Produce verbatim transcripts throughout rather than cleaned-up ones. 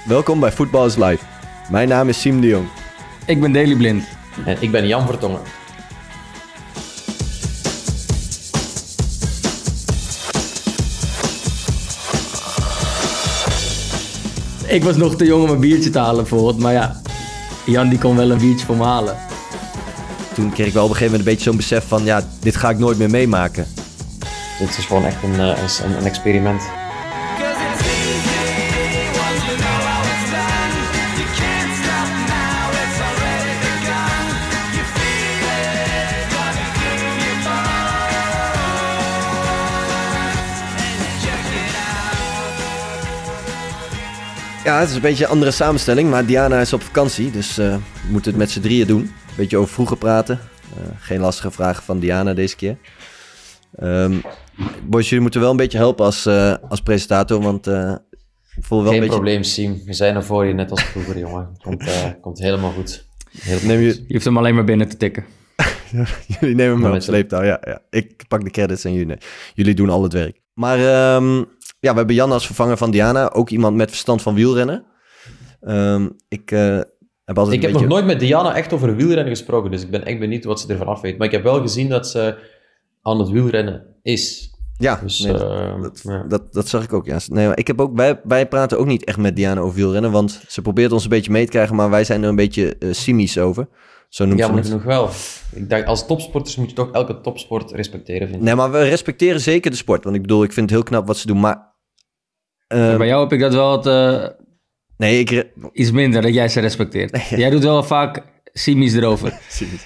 welkom bij Voetbal is Live. Mijn naam is Siem de Jong. Ik ben Daley Blind. En ik ben Jan Vertongen. Ik was nog te jong om een biertje te halen bijvoorbeeld, maar ja, Jan die kon wel een biertje voor me halen. Toen kreeg ik wel op een gegeven moment een beetje zo'n besef van, ja, dit ga ik nooit meer meemaken. Dit is gewoon echt een, een, een experiment. Ja, het is een beetje een andere samenstelling, maar Diana is op vakantie, dus uh, we moeten het met z'n drieën doen. Een beetje over vroeger praten. Uh, geen lastige vragen van Diana deze keer. Um, boys, jullie moeten wel een beetje helpen als, uh, als presentator, want uh, ik voel wel geen een beetje... probleem, Siem. We zijn er voor je, net als vroeger, jongen. Komt, uh, komt helemaal goed. Heel Neem je... goed. Je hoeft hem alleen maar binnen te tikken. Jullie nemen me op sleeptouw, ja, ja. Ik pak de credits en jullie, jullie doen al het werk. Maar... Um, Ja, we hebben Jan als vervanger van Diana. Ook iemand met verstand van wielrennen. Um, ik uh, heb altijd Ik een heb beetje... nog nooit met Diana echt over wielrennen gesproken. Dus ik ben echt benieuwd wat ze ervan af weet. Maar ik heb wel gezien dat ze aan het wielrennen is. Ja, dus, nee, uh, dat, ja. dat, dat zag ik ook. Ja. Nee, maar ik heb ook, wij, wij praten ook niet echt met Diana over wielrennen. Want ze probeert ons een beetje mee te krijgen. Maar wij zijn er een beetje uh, cynisch over. Zo noemt Ja, ze maar het. genoeg wel. Ik dacht, als topsporters moet je toch elke topsport respecteren, vind ik. Nee, maar we respecteren zeker de sport. Want ik bedoel, ik vind het heel knap wat ze doen. Maar... Uh, ja, bij jou heb ik dat wel wat, uh, nee, ik... Re- iets minder, dat jij ze respecteert. Nee. Jij doet wel vaak cynisch erover.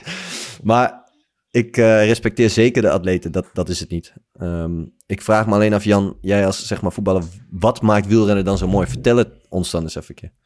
Maar ik uh, respecteer zeker de atleten, dat, dat is het niet. Um, ik vraag me alleen af, Jan, jij als zeg maar voetballer, wat maakt wielrennen dan zo mooi? Vertel het ons dan eens even een keer.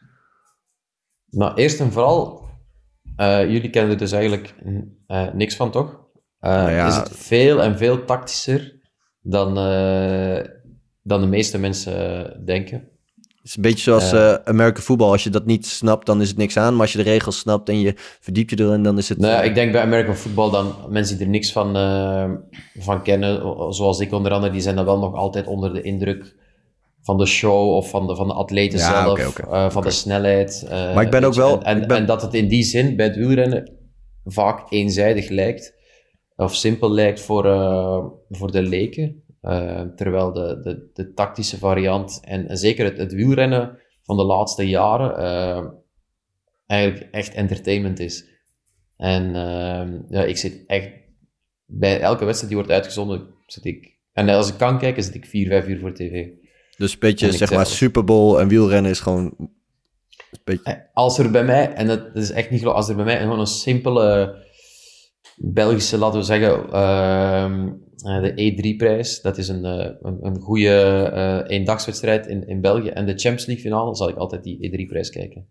Nou, eerst en vooral, uh, jullie kennen er dus eigenlijk uh, niks van, toch? Uh, nou ja. Is het veel en veel tactischer dan... Uh, dan de meeste mensen denken. Het is een beetje zoals uh, uh, American football. Als je dat niet snapt, dan is het niks aan. Maar als je de regels snapt en je verdiept je erin, dan is het... Nou ja, ik denk bij American football dan mensen die er niks van, uh, van kennen, zoals ik onder andere, die zijn dan wel nog altijd onder de indruk van de show of van de, van de atleten ja, zelf, okay, okay. Uh, van okay. de snelheid. Uh, maar ik ben ook wel... En, en, ben... en dat het in die zin bij het wielrennen vaak eenzijdig lijkt, of simpel lijkt voor, uh, voor de leken. Uh, terwijl de, de, de tactische variant en, en zeker het, het wielrennen van de laatste jaren uh, eigenlijk echt entertainment is. En uh, ja, ik zit echt... Bij elke wedstrijd die wordt uitgezonden, zit ik... En als ik kan kijken, zit ik vier, vijf uur voor tv. Dus een beetje, zeg maar, Super Bowl en wielrennen is gewoon... Een beetje... Als er bij mij, en dat, dat is echt niet geloof, als er bij mij gewoon een simpele Belgische, laten we zeggen... Uh, Uh, de E drie prijs, dat is een, uh, een, een goede uh, eendagswedstrijd in, in België. En de Champions League finale zal ik altijd die E drie prijs kijken.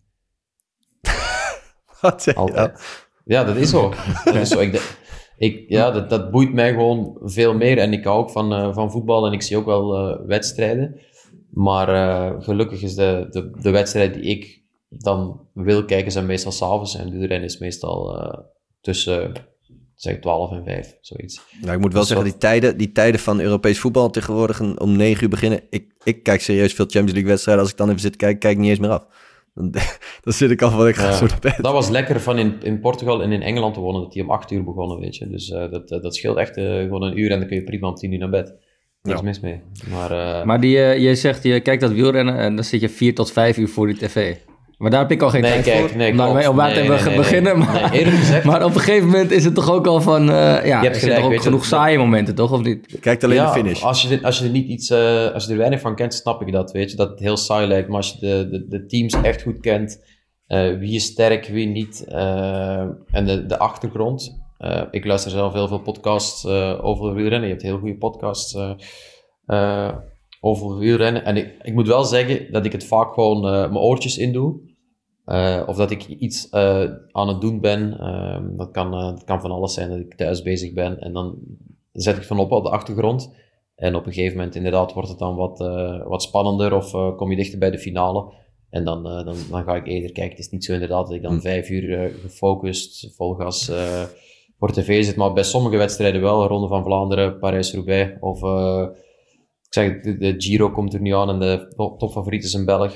Wat zeg je altijd. Dat? Ja, dat is zo. Dat is zo. Ik, ik, ja, dat, dat boeit mij gewoon veel meer. En ik hou ook van, uh, van voetbal en ik zie ook wel uh, wedstrijden. Maar uh, gelukkig is de, de, de wedstrijd die ik dan wil kijken, zijn meestal 's avonds. En wielrennen is meestal uh, tussen... zeg twaalf en vijf, zoiets. Nou, ik moet wel zeggen, die tijden, die tijden van Europees voetbal tegenwoordig om negen uur beginnen. Ik, ik kijk serieus veel Champions League wedstrijden. Als ik dan even zit kijken, kijk ik niet eens meer af. Dan, dan zit ik al van, ik ga ja, zo naar bed. Dat was lekker van in, in Portugal en in Engeland te wonen, dat die om acht uur begonnen, weet je. Dus uh, dat, dat scheelt echt uh, gewoon een uur en dan kun je prima om tien uur naar bed. Daar is ja. mis mee. Maar, uh... maar die, uh, je zegt, je kijkt dat wielrennen en dan zit je vier tot vijf uur voor die tv. Maar daar heb ik al geen nee, tijd kijk, voor, nee, om daarmee om nee, nee, te nee, beginnen. Nee, maar, nee, eerlijk gezegd... maar op een gegeven moment is het toch ook al van... Uh, ja, je hebt er gelijk, toch ook genoeg je, saaie momenten, toch? Of niet? Je kijkt alleen ja, de finish. Als je, als je er niet iets... Uh, als je er weinig van kent, snap ik dat, weet je. Dat het heel saai lijkt. Maar als je de, de, de teams echt goed kent... Uh, wie is sterk, wie niet... Uh, en de, de achtergrond... Uh, ik luister zelf heel veel podcasts uh, over wielrennen. Je hebt heel goede podcasts... Uh, uh, over wielrennen. En ik, ik moet wel zeggen dat ik het vaak gewoon uh, mijn oortjes in doe. Uh, of dat ik iets uh, aan het doen ben. Uh, dat, kan, uh, dat kan van alles zijn, dat ik thuis bezig ben. En dan zet ik van op op de achtergrond. En op een gegeven moment inderdaad wordt het dan wat, uh, wat spannender. Of uh, kom je dichter bij de finale. En dan, uh, dan, dan ga ik eerder kijken. Het is niet zo inderdaad dat ik dan hm. vijf uur uh, gefocust, vol gas uh, voor tv zit. Maar bij sommige wedstrijden wel. Ronde van Vlaanderen, Parijs-Roubaix. Of uh, ik zeg, de, de Giro komt er nu aan en de topfavoriet is een Belg.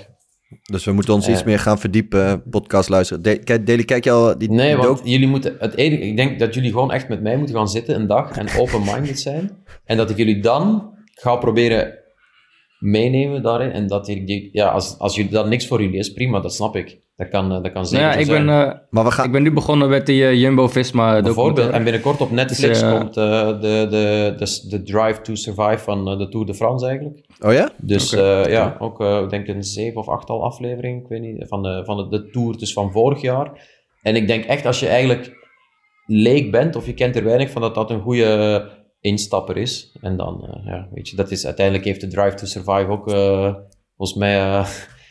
Dus we moeten ons Uh, iets meer gaan verdiepen, podcast luisteren. De- kijk, Deli, kijk je al die, Nee, die want doc- jullie moeten... Het enige, ik denk dat jullie gewoon echt met mij moeten gaan zitten een dag en open-minded zijn. En dat ik jullie dan ga proberen meenemen daarin. En dat ik, ja, als, als jullie dat niks voor jullie is, prima, dat snap ik. Dat kan, dat kan Nou zeker ja, zo ik zijn. ben, uh, Maar we gaan... ik ben nu begonnen met die uh, Jumbo-Visma Bijvoorbeeld, documentaire. en binnenkort op Netflix Dus, uh, komt uh, de, de, de, de Drive to Survive van uh, de Tour de France eigenlijk. Oh ja? Dus Oké. uh, ja, ook uh, ik denk een zeven of achttal afleveringen, ik weet niet, van de, van de, de Tour dus van vorig jaar. En ik denk echt, als je eigenlijk leek bent, of je kent er weinig van, dat dat een goede instapper is. En dan, uh, ja, weet je, dat is, uiteindelijk heeft de Drive to Survive ook, uh, volgens mij, uh,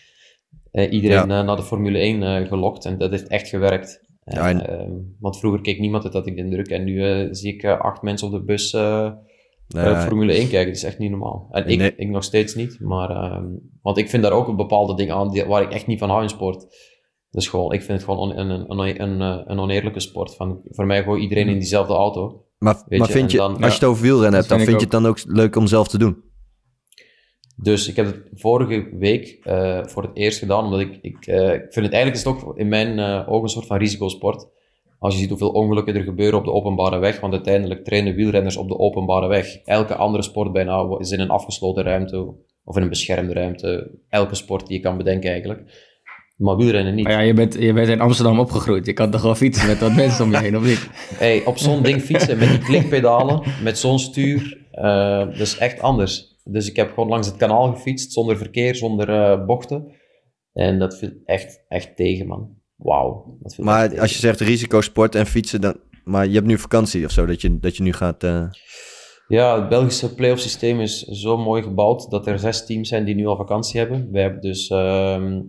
uh, iedereen Ja. uh, naar de Formule één uh, gelokt. En dat heeft echt gewerkt. Ja, En, en- uh, want vroeger keek niemand het, had ik de indruk. En nu uh, zie ik uh, acht mensen op de bus uh, Nee, uh, Formule één kijken. Dat is echt niet normaal. En ik, Nee. ik nog steeds niet. Maar, uh, want ik vind daar ook een bepaalde dingen aan die, waar ik echt niet van hou in sport. Dus gewoon, ik vind het gewoon on, een, een, een, een, een oneerlijke sport. Van, voor mij gewoon iedereen in diezelfde auto. maar, weet maar je, vind en je, dan- als ja. je het over wielrennen hebt, Dat dan vind vind ik je het dan ook leuk om zelf te doen? Dus ik heb het vorige week uh, voor het eerst gedaan, omdat ik, ik, uh, ik vind het eigenlijk is het ook in mijn uh, ogen een soort van risicosport. Als je ziet hoeveel ongelukken er gebeuren op de openbare weg, want uiteindelijk trainen wielrenners op de openbare weg. Elke andere sport bijna is in een afgesloten ruimte of in een beschermde ruimte. Elke sport die je kan bedenken eigenlijk. Maar wielrennen niet. Maar ja, je bent, je bent in Amsterdam opgegroeid. Je kan toch wel fietsen met wat mensen om je heen, of niet? Hey, op zo'n ding fietsen met die klikpedalen, met zo'n stuur, uh, dat is echt anders. Dus ik heb gewoon langs het kanaal gefietst, zonder verkeer, zonder uh, bochten. En dat viel echt, echt tegen, man. Wauw. dat viel echt Maar tegen. als je zegt risicosport en fietsen, dan... Maar je hebt nu vakantie of zo, dat je, dat je nu gaat... uh, Ja, het Belgische play-off systeem is zo mooi gebouwd dat er zes teams zijn die nu al vakantie hebben. Wij hebben dus uh,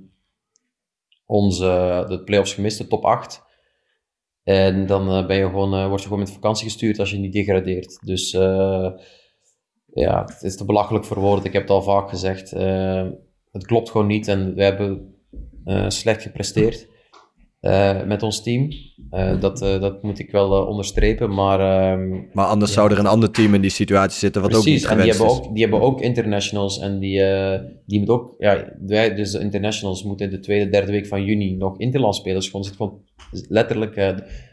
onze de play-offs gemist, de top acht. En dan uh, ben je gewoon, uh, word je gewoon met vakantie gestuurd als je niet degradeert. Dus uh, ja, het is te belachelijk voor woorden. Ik heb het al vaak gezegd. Uh, het klopt gewoon niet en wij hebben uh, slecht gepresteerd uh, met ons team. Uh, dat, uh, dat moet ik wel uh, onderstrepen, maar... Uh, maar anders Ja. zou er een ander team in die situatie zitten, wat Precies, ook en niet die gewenst hebben, is. ook, die hebben ook internationals en die, uh, die moeten ook, ja, wij, dus de internationals moeten in de tweede, derde week van juni nog interland spelen. Dus gewoon zit gewoon letterlijk, uh,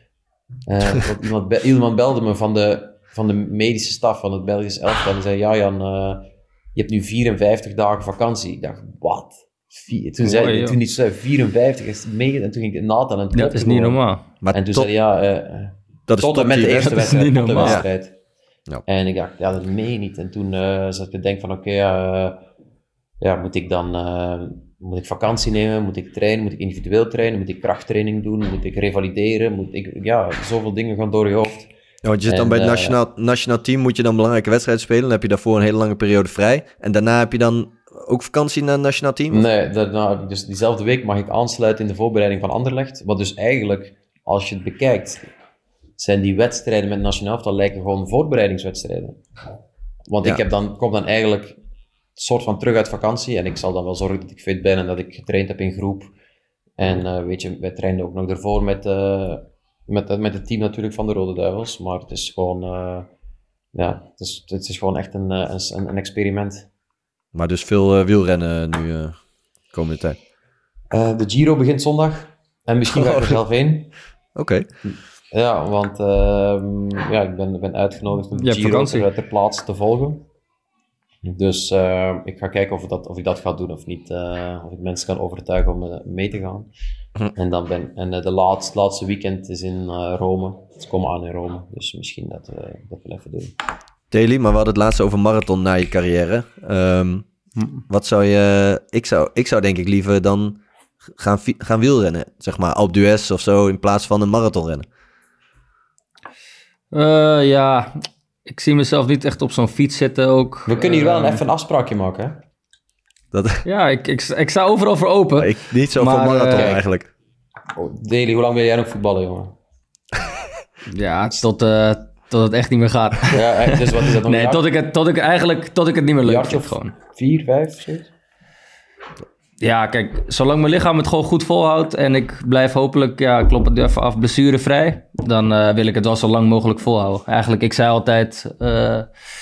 uh, want iemand, be- iemand belde me van de, van de medische staf van het Belgisch elftal en die zei, ja Jan, uh, je hebt nu vierenvijftig dagen vakantie. Ik dacht, wat? Vier, toen zei Mooi, joh. toen hij zei vierenvijftig, is het mega, en toen ging ik Nathan en Dat is niet normaal. Maar en toen tot, zei hij, ja, uh, dat is tot en met de topteam, hè? eerste Dat is wedstrijd. niet tot de normaal. wedstrijd. Ja. En ik dacht, ja, dat meen je niet. En toen uh, zat ik te denken van, oké, okay, uh, ja, moet ik dan uh, moet ik vakantie nemen? Moet ik trainen? Moet ik individueel trainen? Moet ik krachttraining doen? Moet ik revalideren? Moet ik, ja, zoveel dingen gaan door je hoofd. Ja, want je zit dan En, bij het uh, nationaal, nationaal team, moet je dan belangrijke wedstrijden spelen. Dan heb je daarvoor een hele lange periode vrij. En daarna heb je dan ook vakantie naar het nationaal team? Nee, daarna heb ik dus diezelfde week mag ik aansluiten in de voorbereiding van Anderlecht. Wat dus eigenlijk, als je het bekijkt, zijn die wedstrijden met het nationaal elftal lijken gewoon voorbereidingswedstrijden. Want Ja. ik heb dan, kom dan eigenlijk een soort van terug uit vakantie en ik zal dan wel zorgen dat ik fit ben en dat ik getraind heb in groep. En uh, weet je, wij trainden ook nog ervoor met, uh, met, met het team natuurlijk van de Rode Duivels. Maar het is gewoon, uh, ja, het is, het is gewoon echt een, een, een experiment. Maar dus veel uh, wielrennen nu uh, komende tijd. Uh, de Giro begint zondag en misschien ga ik er zelf heen. Oké. Okay. Ja, want uh, ja, ik ben, ben uitgenodigd om de Giro ter, ter plaatse te volgen. Dus uh, ik ga kijken of, dat, of ik dat ga doen of niet. Uh, of ik mensen kan overtuigen om uh, mee te gaan. Hm. En dan ben, en uh, de laatste, laatste weekend is in uh, Rome. Ze komen aan in Rome, dus misschien dat we dat wel even doen. Daily, maar we hadden het laatst over marathon na je carrière. Um, hm. Wat zou je... Ik zou, ik zou denk ik liever dan gaan, gaan wielrennen. Zeg maar Alpe d'Huez of zo, in plaats van een marathon rennen. Uh, ja, ik zie mezelf niet echt op zo'n fiets zitten ook. We kunnen hier uh, wel een, even een afspraakje maken, hè? Dat... Ja, ik, ik, ik sta overal voor open. Ik, niet zo maar, voor marathon uh, eigenlijk. Oh, Daily, hoe lang wil jij nog voetballen, jongen? Ja, tot, uh, tot het echt niet meer gaat. Ja, dus wat is dat nog? Nee, tot ik, het, tot ik eigenlijk tot ik het niet meer leuk vind, gewoon. Vier, vijf, zoiets? Ja, kijk, zolang mijn lichaam het gewoon goed volhoudt en ik blijf hopelijk, ja, klop het even af, blessurevrij, dan uh, wil ik het wel zo lang mogelijk volhouden. Eigenlijk, ik zei altijd, uh,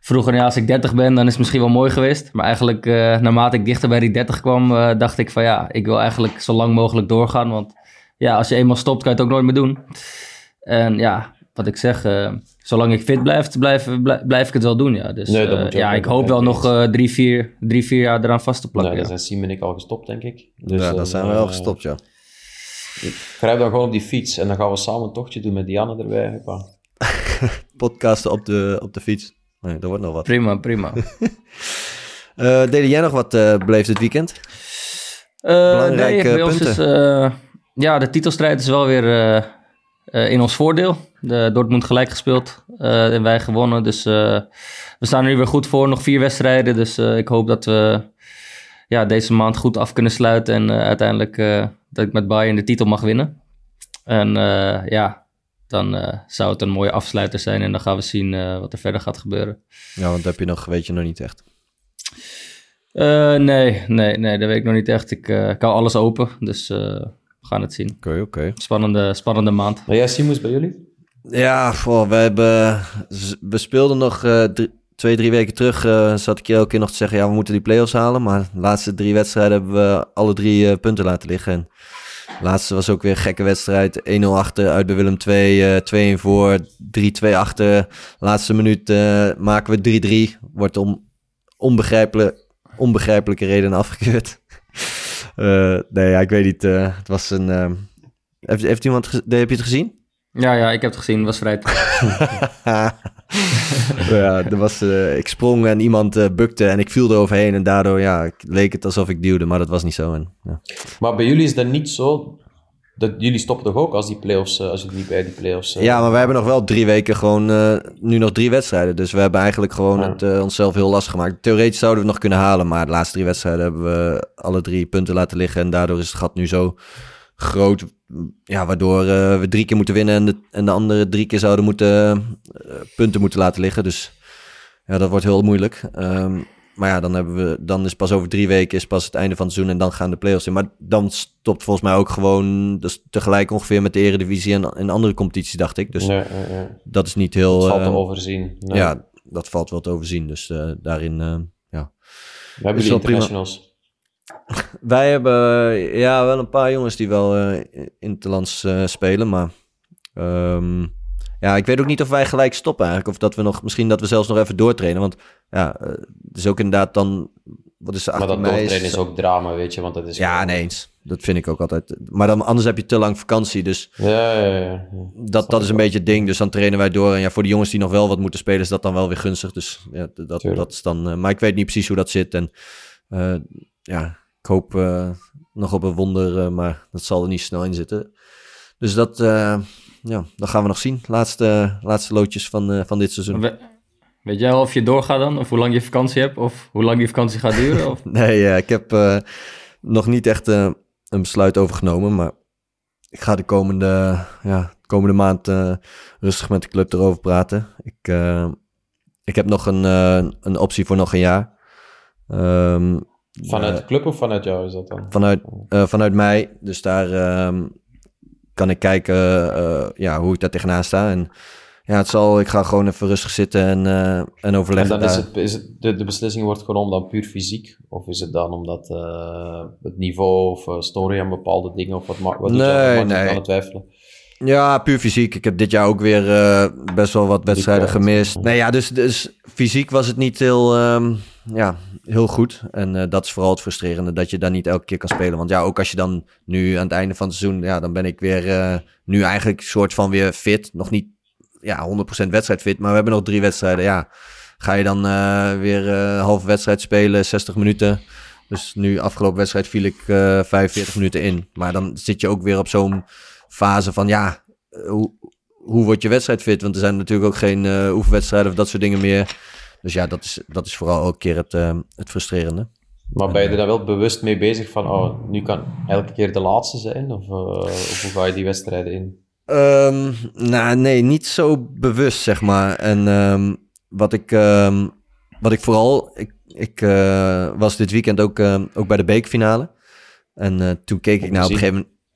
vroeger, ja, als ik dertig ben, dan is het misschien wel mooi geweest. Maar eigenlijk, uh, naarmate ik dichter bij die dertig kwam, uh, dacht ik van ja, ik wil eigenlijk zo lang mogelijk doorgaan. Want ja, als je eenmaal stopt, kan je het ook nooit meer doen. En ja, wat ik zeg, uh, zolang ik fit blijf, blijf, blijf, blijf ik het wel doen. Ja, dus nee, uh, ja, ik hoop wel nog uh, drie, vier, drie, vier jaar eraan vast te plakken. Nou, ja. dan zijn Siem en ik al gestopt, denk ik. Dus, ja, dan uh, zijn we wel gestopt, ja. Ik grijp dan gewoon op die fiets en dan gaan we samen een tochtje doen met Diana erbij. Hoppa. Podcasten op de, op de fiets. Nee, dat wordt nog wat. Prima, prima. uh, Deed jij nog wat uh, beleefd dit weekend? Uh, Belangrijke nee, bij punten? Ons is, uh, ja, de titelstrijd is wel weer uh, uh, in ons voordeel. De Dortmund gelijk gespeeld uh, en wij gewonnen. Dus uh, we staan er nu weer goed voor. Nog vier wedstrijden. Dus uh, ik hoop dat we ja, deze maand goed af kunnen sluiten. En uh, uiteindelijk uh, dat ik met Bayern de titel mag winnen. En uh, ja... dan uh, zou het een mooie afsluiter zijn. En dan gaan we zien uh, wat er verder gaat gebeuren. Ja, want dat heb je nog, weet je nog niet echt. Uh, nee, nee, nee, dat weet ik nog niet echt. Ik, uh, ik hou alles open, dus uh, we gaan het zien. Oké, okay, oké. Okay. Spannende, spannende maand. Maar jij, Simus, bij jullie? Ja, voor, we, hebben, we speelden nog uh, drie, twee, drie weken terug. Uh, zat ik je elke keer nog te zeggen, ja, we moeten die play-offs halen. Maar de laatste drie wedstrijden hebben we alle drie uh, punten laten liggen. En de laatste was ook weer een gekke wedstrijd. één nul achter, uit bij Willem twee, uh, twee-een voor, drie twee achter. Laatste minuut uh, maken we drie drie. Wordt om onbegrijpelijke, onbegrijpelijke redenen afgekeurd. uh, nee, ja, ik weet niet. Uh, het was een... Uh, heeft, heeft iemand... Ge- heb je het gezien? Ja, ja, ik heb het gezien. Het was vrij. ja, er was, uh, ik sprong en iemand uh, bukte en ik viel eroverheen. En daardoor ja, leek het alsof ik duwde, maar dat was niet zo. En, ja. Maar bij jullie is dat niet zo... Dat, jullie stoppen toch ook als die play-offs, uh, als je niet bij die play-offs... Uh... Ja, maar wij hebben nog wel drie weken gewoon... Uh, nu nog drie wedstrijden. Dus we hebben eigenlijk gewoon ja. het uh, onszelf heel lastig gemaakt. Theoretisch zouden we het nog kunnen halen. Maar de laatste drie wedstrijden hebben we alle drie punten laten liggen. En daardoor is het gat nu zo groot... Ja, waardoor uh, we drie keer moeten winnen en de, en de andere drie keer zouden moeten uh, punten moeten laten liggen. Dus ja, dat wordt heel moeilijk. Um, maar ja, dan, hebben we, dan is pas over drie weken is pas het einde van het seizoen en dan gaan de play-offs in. Maar dan stopt volgens mij ook gewoon dus tegelijk ongeveer met de Eredivisie en, en andere competities, dacht ik. Dus nee, nee, nee. dat is niet heel... Dat valt uh, te overzien. Nee. Ja, dat valt wel te overzien. Dus uh, daarin, uh, ja. We hebben die internationals. Prima. Wij hebben ja wel een paar jongens die wel uh, interlands uh, spelen, maar um, ja, ik weet ook niet of wij gelijk stoppen eigenlijk, of dat we nog, misschien dat we zelfs nog even doortrainen, want ja, uh, het is ook inderdaad dan, wat is de achttien mei? Maar dat doortrainen is ook drama, weet je, want dat is... Ja, gewoon... nee eens, dat vind ik ook altijd, maar dan, anders heb je te lang vakantie, dus ja, ja, ja. dat, dat is een beetje het ding, dus dan trainen wij door en ja, voor de jongens die nog wel wat moeten spelen is dat dan wel weer gunstig, dus ja, dat, dat is dan, uh, maar ik weet niet precies hoe dat zit en uh, ja... Ik hoop uh, nog op een wonder, uh, maar dat zal er niet snel in zitten. Dus dat, uh, ja, dat gaan we nog zien. Laatste, laatste loodjes van, uh, van dit seizoen. We, weet jij of je doorgaat dan? Of hoe lang je vakantie hebt? Of hoe lang die vakantie gaat duren? Of? nee, uh, ik heb uh, nog niet echt uh, een besluit over genomen. Maar ik ga de komende, ja, de komende maand uh, rustig met de club erover praten. Ik, uh, ik heb nog een, uh, een optie voor nog een jaar. Um, Vanuit de club of vanuit jou is dat dan? Vanuit, uh, vanuit mij. Dus daar uh, kan ik kijken uh, ja, hoe ik daar tegenaan sta. En ja, het zal, ik ga gewoon even rustig zitten en, uh, en overleggen. En dan daar. is het, is het de, de beslissing wordt genomen dan puur fysiek? Of is het dan omdat uh, het niveau of uh, story aan bepaalde dingen? Of wat, wat doet nee, je nee. aan het twijfelen? Ja, puur fysiek. Ik heb dit jaar ook weer uh, best wel wat wedstrijden gemist. Nee, ja, dus, dus fysiek was het niet heel, um, ja, heel goed. En uh, dat is vooral het frustrerende, dat je dan niet elke keer kan spelen. Want ja, ook als je dan nu aan het einde van het seizoen... Ja, dan ben ik weer uh, nu eigenlijk soort van weer fit. Nog niet ja, honderd procent wedstrijd fit, maar we hebben nog drie wedstrijden. Ja, ga je dan uh, weer uh, halve wedstrijd spelen, zestig minuten... Dus nu afgelopen wedstrijd viel ik uh, vijfenveertig minuten in. Maar dan zit je ook weer op zo'n fase van ja, hoe, hoe word je wedstrijd fit? Want er zijn natuurlijk ook geen uh, oefenwedstrijden of dat soort dingen meer. Dus ja, dat is, dat is vooral elke keer het, uh, het frustrerende. Maar ben je er dan wel bewust mee bezig van, oh, nu kan elke keer de laatste zijn? Of, uh, of hoe ga je die wedstrijden in? Um, nou, nee, niet zo bewust, zeg maar. En um, wat ik, um, wat ik vooral... Ik, ik uh, was dit weekend ook, uh, ook bij de bekerfinale. En uh, toen keek ik naar op een gegeven moment...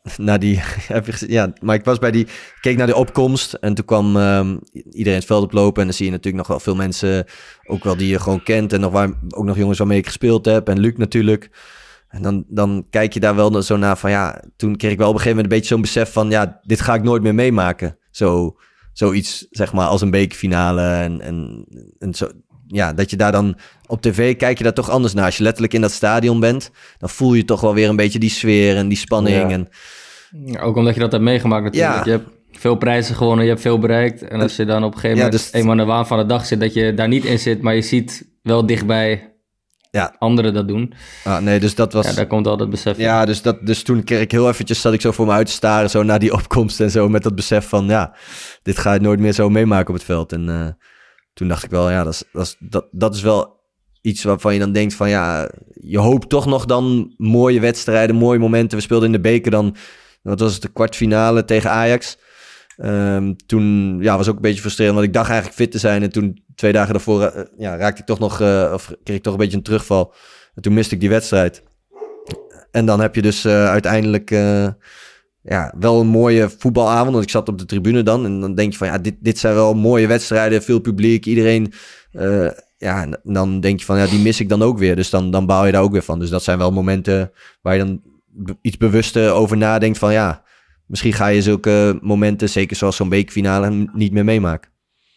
naar die... ja, maar ik was bij die... Ik keek naar de opkomst en toen kwam um, iedereen het veld oplopen. En dan zie je natuurlijk nog wel veel mensen, ook wel die je gewoon kent. En nog waar, ook nog jongens waarmee ik gespeeld heb. En Luc natuurlijk. En dan, dan kijk je daar wel zo naar van ja... Toen kreeg ik wel op een gegeven moment een beetje zo'n besef van... Ja, dit ga ik nooit meer meemaken. Zo, zoiets, zeg maar, als een bekerfinale en, en, en zo... Ja, dat je daar dan op tv kijk je daar toch anders naar. Als je letterlijk in dat stadion bent, dan voel je toch wel weer een beetje die sfeer en die spanning. Ja. En... Ja, ook omdat je dat hebt meegemaakt natuurlijk. Ja. Je hebt veel prijzen gewonnen, je hebt veel bereikt. En als je dan op een gegeven moment ja, dus... eenmaal aan de waan van de dag zit, dat je daar niet in zit, maar je ziet wel dichtbij ja. anderen dat doen. Ah, nee, dus dat was... Ja, daar komt al dat besef. Ja, dus, dat, dus toen kreeg ik heel eventjes, zat ik zo voor me uit te staren, zo naar die opkomst en zo, met dat besef van, ja, dit ga ik nooit meer zo meemaken op het veld. En... Uh... Toen dacht ik wel, ja, dat is, dat, is, dat, dat is wel iets waarvan je dan denkt van... ja, je hoopt toch nog dan mooie wedstrijden, mooie momenten. We speelden in de beker dan, wat was het, de kwartfinale tegen Ajax. Um, toen ja, was ook een beetje frustrerend, want ik dacht eigenlijk fit te zijn. En toen twee dagen daarvoor uh, ja, raakte ik toch nog, uh, of kreeg ik toch een beetje een terugval. En toen miste ik die wedstrijd. En dan heb je dus uh, uiteindelijk... Uh, Ja, wel een mooie voetbalavond, want ik zat op de tribune dan. En dan denk je van, ja, dit, dit zijn wel mooie wedstrijden, veel publiek, iedereen. Uh, ja, en dan denk je van, ja, die mis ik dan ook weer. Dus dan, dan baal je daar ook weer van. Dus dat zijn wel momenten waar je dan be- iets bewuster over nadenkt van, ja, misschien ga je zulke momenten, zeker zoals zo'n bekerfinale, niet meer meemaken.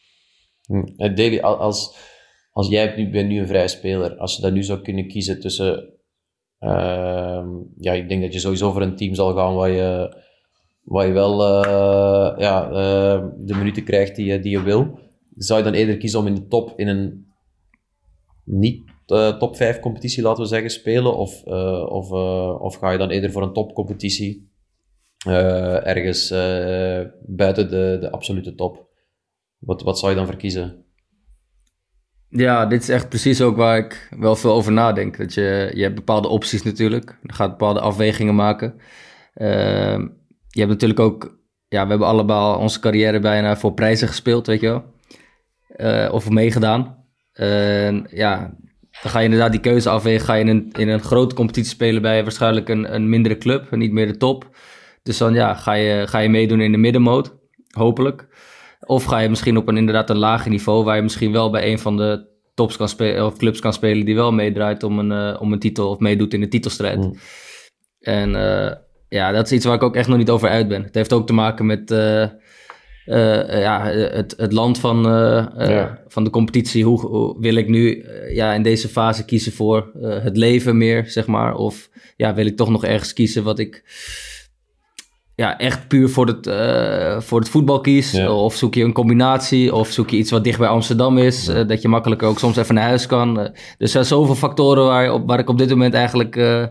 Hm. Davy, als, als jij nu, bent nu een vrije speler, als je dan nu zou kunnen kiezen tussen... Uh, ja, ik denk dat je sowieso voor een team zal gaan waar je, waar je wel uh, ja, uh, de minuten krijgt die je, die je wil. Zou je dan eerder kiezen om in de top, in een niet uh, top vijf competitie, laten we zeggen, spelen? Of, uh, of, uh, of ga je dan eerder voor een topcompetitie uh, ergens uh, buiten de, de absolute top? Wat, wat zou je dan verkiezen? Ja, dit is echt precies ook waar ik wel veel over nadenk. Dat je, je hebt bepaalde opties natuurlijk. Je gaat bepaalde afwegingen maken. Uh, je hebt natuurlijk ook... Ja, we hebben allemaal onze carrière bijna voor prijzen gespeeld, weet je wel. Uh, of meegedaan. Uh, ja, dan ga je inderdaad die keuze afwegen. Ga je in een, in een grote competitie spelen bij waarschijnlijk een, een mindere club. En niet meer de top. Dus dan ja, ga je, ga je meedoen in de middenmoot. Hopelijk. Of ga je misschien op een inderdaad een lager niveau... waar je misschien wel bij een van de tops kan spelen... of clubs kan spelen die wel meedraait om een, uh, om een titel... of meedoet in de titelstrijd. Mm. En uh, ja, dat is iets waar ik ook echt nog niet over uit ben. Het heeft ook te maken met uh, uh, ja, het, het land van, uh, uh, ja. van de competitie. Hoe, hoe wil ik nu uh, ja, in deze fase kiezen voor uh, het leven meer, zeg maar? Of ja, wil ik toch nog ergens kiezen wat ik... ja, echt puur voor het, uh, voor het voetbal kies. Ja. Of zoek je een combinatie. Of zoek je iets wat dicht bij Amsterdam is. Ja. Uh, dat je makkelijker ook soms even naar huis kan. Uh, dus er zijn zoveel factoren waar, op, waar ik op dit moment eigenlijk uh,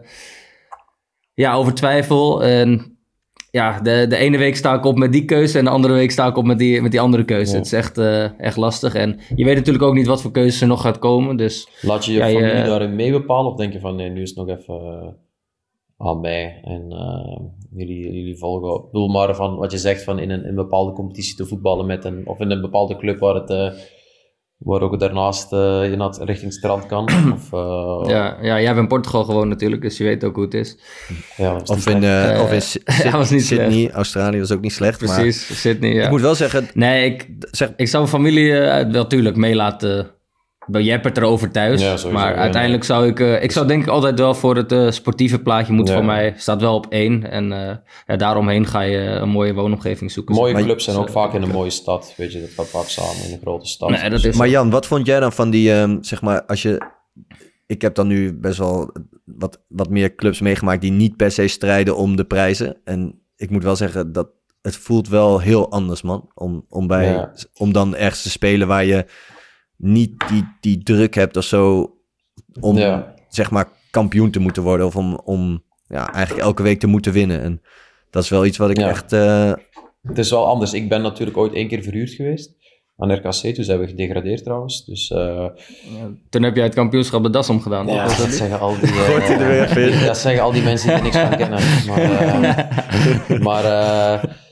ja, over twijfel. En ja, de, de ene week sta ik op met die keuze. En de andere week sta ik op met die, met die andere keuze. Ja. Het is echt, uh, echt lastig. En je weet natuurlijk ook niet wat voor keuzes er nog gaat komen. Dus, laat je je ja, familie je, daarin mee bepalen? Of denk je van nee, nu is het nog even... Uh... aan mij en uh, jullie, jullie volgen. Ik bedoel maar van wat je zegt van in een, in een bepaalde competitie te voetballen met een, of in een bepaalde club waar het uh, waar ook daarnaast uh, je naar richting strand kan. Of, uh, ja, ja, jij bent in Portugal gewoon natuurlijk, dus je weet ook hoe het is. Ja, of, in, uh, uh, of in S- S- was niet Sydney, slecht. Australië was ook niet slecht. Precies, maar Sydney, ja. Ik moet wel zeggen... Nee, ik, zeg, ik zou mijn familie uh, wel tuurlijk mee laten... jeppert erover thuis, ja, sowieso, maar ja, uiteindelijk nee. zou ik... Uh, ik zou denk ik altijd wel voor het uh, sportieve plaatje moeten ja. voor mij... staat wel op één en uh, ja, daaromheen ga je een mooie woonomgeving zoeken. Mooie maar, clubs zijn ook uh, vaak in een mooie stad, weet je, dat gaat vaak samen in een grote stad. Nee, dat is maar Jan, wat vond jij dan van die, um, zeg maar, als je... Ik heb dan nu best wel wat, wat meer clubs meegemaakt die niet per se strijden om de prijzen. En ik moet wel zeggen dat het voelt wel heel anders, man. Om, om, bij, ja. om dan ergens te spelen waar je... niet die, die druk hebt of zo om, ja. zeg maar, kampioen te moeten worden. Of om, om ja, eigenlijk elke week te moeten winnen. En dat is wel iets wat ik ja. echt... Uh... Het is wel anders. Ik ben natuurlijk ooit één keer verhuurd geweest aan R K C. Toen zijn we gedegradeerd trouwens. Dus, uh... ja, toen heb jij het kampioenschap de das omgedaan. Ja, dat, dat zeggen al die... Uh, dat zeggen al die mensen die er niks van kennen. Maar... Uh, maar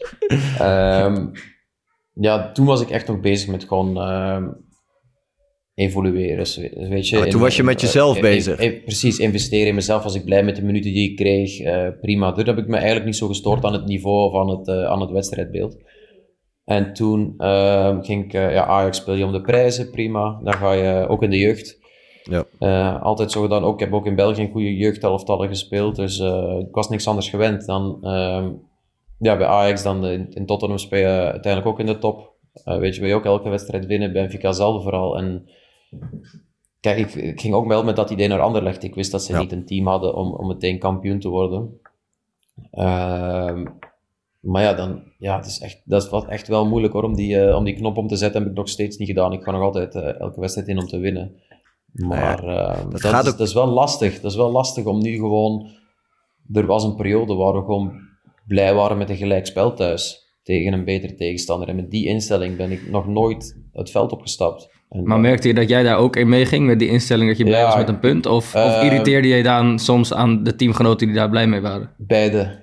uh, um, ja, toen was ik echt nog bezig met gewoon... Uh, evolueren. Dus, weet je, maar toen in, was je met jezelf in, bezig. In, in, precies, investeren in mezelf. Was ik blij met de minuten die ik kreeg, uh, prima. Toen heb ik me eigenlijk niet zo gestoord aan het niveau of aan het, uh, aan het wedstrijdbeeld. En toen uh, ging ik, uh, ja, Ajax speel je om de prijzen, prima. Dan ga je ook in de jeugd. Ja. Uh, altijd zo gedaan. Ook, ik heb ook in België een goede jeugdelftallen gespeeld, dus uh, ik was niks anders gewend dan uh, ja, bij Ajax. Dan in, in Tottenham speel je uiteindelijk ook in de top. Uh, weet je, wil je ook elke wedstrijd winnen, Benfica zelf vooral. En kijk, ik, ik ging ook wel met dat idee naar Anderlecht. Ik wist dat ze ja. niet een team hadden om, om meteen kampioen te worden. Uh, maar ja, dan, ja het is echt, dat is wat echt wel moeilijk hoor, om die, uh, om die knop om te zetten. Heb ik nog steeds niet gedaan. Ik ga nog altijd uh, elke wedstrijd in om te winnen. Maar uh, dat, dat, gaat is, ook... dat is wel lastig. Dat is wel lastig om nu gewoon... Er was een periode waar we gewoon blij waren met een gelijkspel thuis. Tegen een betere tegenstander. En met die instelling ben ik nog nooit het veld opgestapt. En maar merkte je dat jij daar ook in meeging? Met die instelling dat je blij ja, was met een punt? Of, uh, of irriteerde je dan soms aan de teamgenoten die daar blij mee waren? Beide.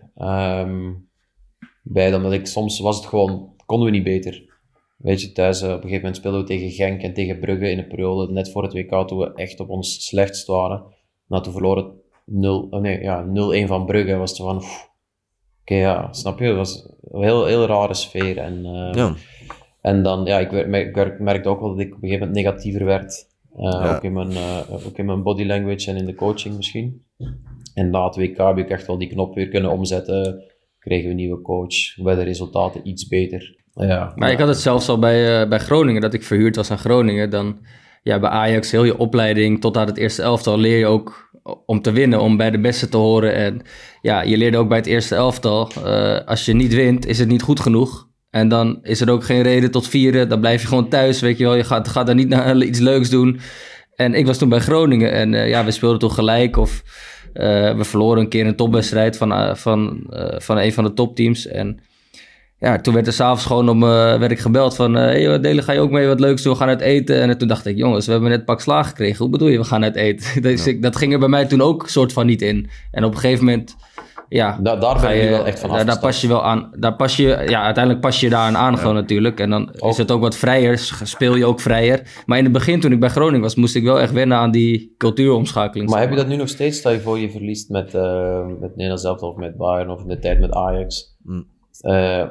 Um, beide. Omdat ik soms was het gewoon... Konden we niet beter. Weet je, thuis uh, op een gegeven moment speelden we tegen Genk en tegen Brugge in een periode net voor het W K, toen we echt op ons slechtst waren. Nou, toen verloren nul, oh nee, ja, nul-een van Brugge. Was het van, oké, okay, ja, snap je? Het was een heel, heel rare sfeer. En, uh, ja. en dan, ja, ik, ik merkte ook wel dat ik op een gegeven moment negatiever werd. Uh, ja. ook, in mijn, uh, ook in mijn body language en in de coaching misschien. En na het W K heb ik echt wel die knop weer kunnen omzetten. Kregen we een nieuwe coach, werden de resultaten iets beter. Ja, maar ja. Ik had het zelfs al bij, uh, bij Groningen, dat ik verhuurd was aan Groningen. Dan, ja, bij Ajax, heel je opleiding tot aan het eerste elftal leer je ook om te winnen, om bij de beste te horen. En ja, je leerde ook bij het eerste elftal, uh, als je niet wint, is het niet goed genoeg. En dan is er ook geen reden tot vieren, dan blijf je gewoon thuis, weet je wel. Je gaat, gaat daar niet naar iets leuks doen. En ik was toen bij Groningen en uh, ja, we speelden toen gelijk of uh, we verloren een keer een topwedstrijd van, uh, van, uh, van een van de topteams. En ja, toen werd er s'avonds gewoon om, uh, werd ik gebeld van... Uh, hey, Delen, ga je ook mee wat leuks doen? We gaan uit eten. En toen dacht ik, jongens, we hebben net pak slaag gekregen. Hoe bedoel je, we gaan uit eten? Dus ja. ik, dat ging er bij mij toen ook soort van niet in. En op een gegeven moment, ja... Da- daar ben je, je wel echt van daar, daar pas je wel aan. Daar pas je, ja, uiteindelijk pas je daar aan ja. gewoon natuurlijk. En dan ook. Is het ook wat vrijer, speel je ook vrijer. Maar in het begin, toen ik bij Groningen was, moest ik wel echt wennen aan die cultuuromschakeling. Maar heb je dat nu nog steeds? Stel je voor je verliest met, uh, met Nederland zelf of met Bayern of in de tijd met Ajax. Mm. Uh,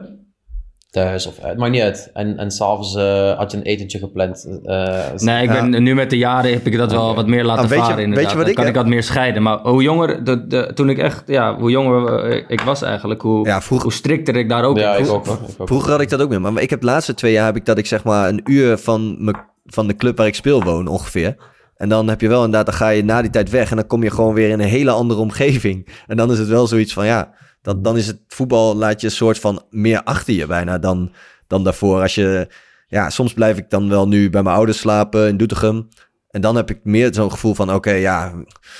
thuis of uit, maakt niet uit. En, en s'avonds uh, had je een etentje gepland. Uh, nee, ik ben, ja. nu met de jaren heb ik dat wel okay. wat meer laten ah, varen je, inderdaad. Weet je wat ik kan heb? Ik wat meer scheiden. Maar hoe jonger, de, de, toen ik echt, ja, hoe jonger ik was eigenlijk, hoe, ja, vroeg, hoe strikter ik daar ook ja, in ik ook, ik ook. Vroeger had ik dat ook meer. Maar ik heb de laatste twee jaar heb ik dat ik zeg maar een uur van, me, van de club waar ik speel woon ongeveer. En dan heb je wel inderdaad, dan ga je na die tijd weg en dan kom je gewoon weer in een hele andere omgeving. En dan is het wel zoiets van, ja, dat, dan is het voetbal, laat je een soort van meer achter je bijna dan, dan daarvoor. Als je, ja, soms blijf ik dan wel nu bij mijn ouders slapen in Doetinchem. En dan heb ik meer zo'n gevoel van, oké, okay, ja,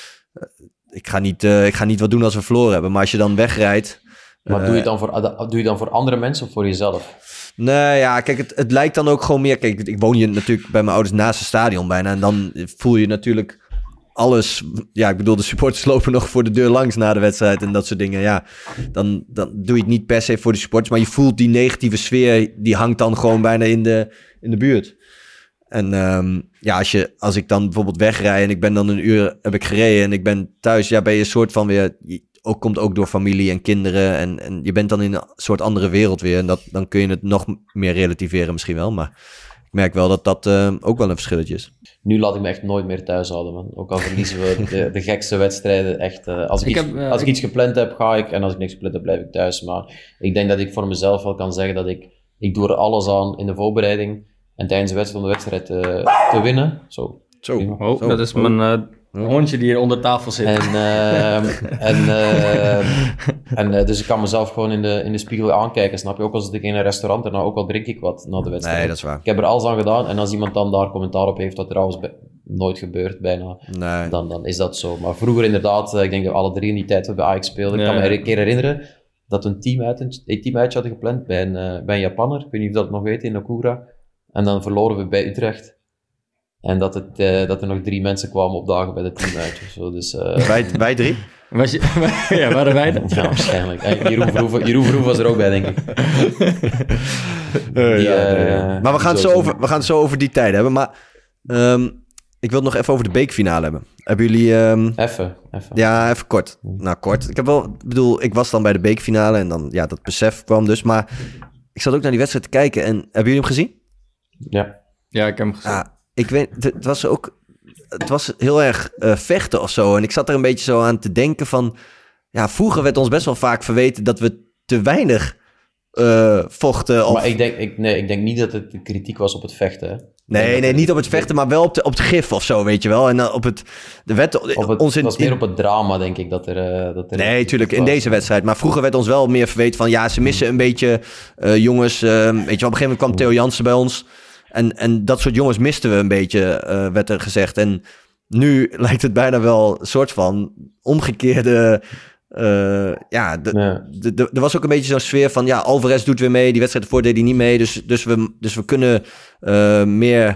ik ga, niet, uh, ik ga niet wat doen als we verloren hebben. Maar als je dan wegrijdt... Maar uh, doe, je dan voor, doe je dan voor andere mensen of voor jezelf? Nee, ja, kijk, het, het lijkt dan ook gewoon meer... Kijk, ik woon hier natuurlijk bij mijn ouders naast het stadion bijna. En dan voel je natuurlijk alles... Ja, ik bedoel, de supporters lopen nog voor de deur langs na de wedstrijd en dat soort dingen. Ja, dan, dan doe je het niet per se voor de supporters. Maar je voelt die negatieve sfeer, die hangt dan gewoon bijna in de, in de buurt. En um, ja, als, je, als ik dan bijvoorbeeld wegrij en ik ben dan een uur heb ik gereden en ik ben thuis, ja, ben je een soort van weer... Ook komt ook door familie en kinderen. En, en je bent dan in een soort andere wereld weer. En dat, dan kun je het nog meer relativeren misschien wel. Maar ik merk wel dat dat uh, ook wel een verschilletje is. Nu laat ik me echt nooit meer thuis houden, man. Ook al verliezen we de, de gekste wedstrijden. Echt, uh, als ik, ik, iets, heb, uh, als ik iets gepland heb, ga ik. En als ik niks gepland heb, blijf ik thuis. Maar ik denk dat ik voor mezelf wel kan zeggen dat ik... Ik doe er alles aan in de voorbereiding. En tijdens de wedstrijd om de wedstrijd te, te winnen. Zo. Zo. Oh, Zo. Dat is oh. mijn... Uh, Een hondje die hier onder tafel zit. En, uh, en, uh, en uh, dus ik kan mezelf gewoon in de, in de spiegel aankijken, snap je? Ook als ik in een restaurant en nou ook al drink ik wat na de wedstrijd. Nee, dat is waar. Ik heb er alles aan gedaan en als iemand dan daar commentaar op heeft, dat trouwens bij, nooit gebeurt bijna, nee. dan, dan is dat zo. Maar vroeger inderdaad, ik denk dat we alle drie in die tijd bij Ajax speelden. Ik ja. kan me een keer herinneren dat we een team uit, een teamuitje hadden gepland bij een, uh, bij een Japanner. Ik weet niet of dat nog weet, in Okura. En dan verloren we bij Utrecht. En dat, het, uh, dat er nog drie mensen kwamen opdagen bij de teamuitje. Zo, dus, uh... wij, wij drie? Was je, ja, waren wij dat? Ja, waarschijnlijk. En Jeroen Verhoeven, Jeroen Verhoeven was er ook bij, denk ik. Uh, die, ja, uh, ja. Maar we gaan, zo over, we gaan het zo over die tijden hebben. Maar Um, ik wil het nog even over de bekerfinale hebben. Hebben jullie... Um... Even, even. Ja, even kort. Nou, kort. Ik heb wel... Ik bedoel, ik was dan bij de bekerfinale en dan... Ja, dat besef kwam dus. Maar ik zat ook naar die wedstrijd te kijken. En hebben jullie hem gezien? Ja. Ja, ik heb hem gezien. Ah, ik weet... Het was ook... Het was heel erg uh, vechten of zo. En ik zat er een beetje zo aan te denken van... Ja, vroeger werd ons best wel vaak verweten dat we te weinig uh, vochten. Of... Maar ik denk, ik, nee, ik denk niet dat het de kritiek was op het vechten. Hè? Nee, nee, niet op het vechten, maar wel op, de, op het gif of zo, weet je wel. En dan op het... De wet, op het ons in, was meer op het drama, denk ik, dat er... Uh, dat er nee, tuurlijk, in deze wedstrijd. Maar vroeger werd ons wel meer verweten van... Ja, ze missen een beetje uh, jongens. Uh, weet je wel, op een gegeven moment kwam Theo Jansen bij ons. En, en dat soort jongens misten we een beetje, uh, werd er gezegd. En nu lijkt het bijna wel een soort van omgekeerde... Uh, ja, de, ja. De, de, er was ook een beetje zo'n sfeer van... ja, Alvarez doet weer mee, die wedstrijd ervoor deed hij niet mee... dus, dus, we, dus we kunnen uh, meer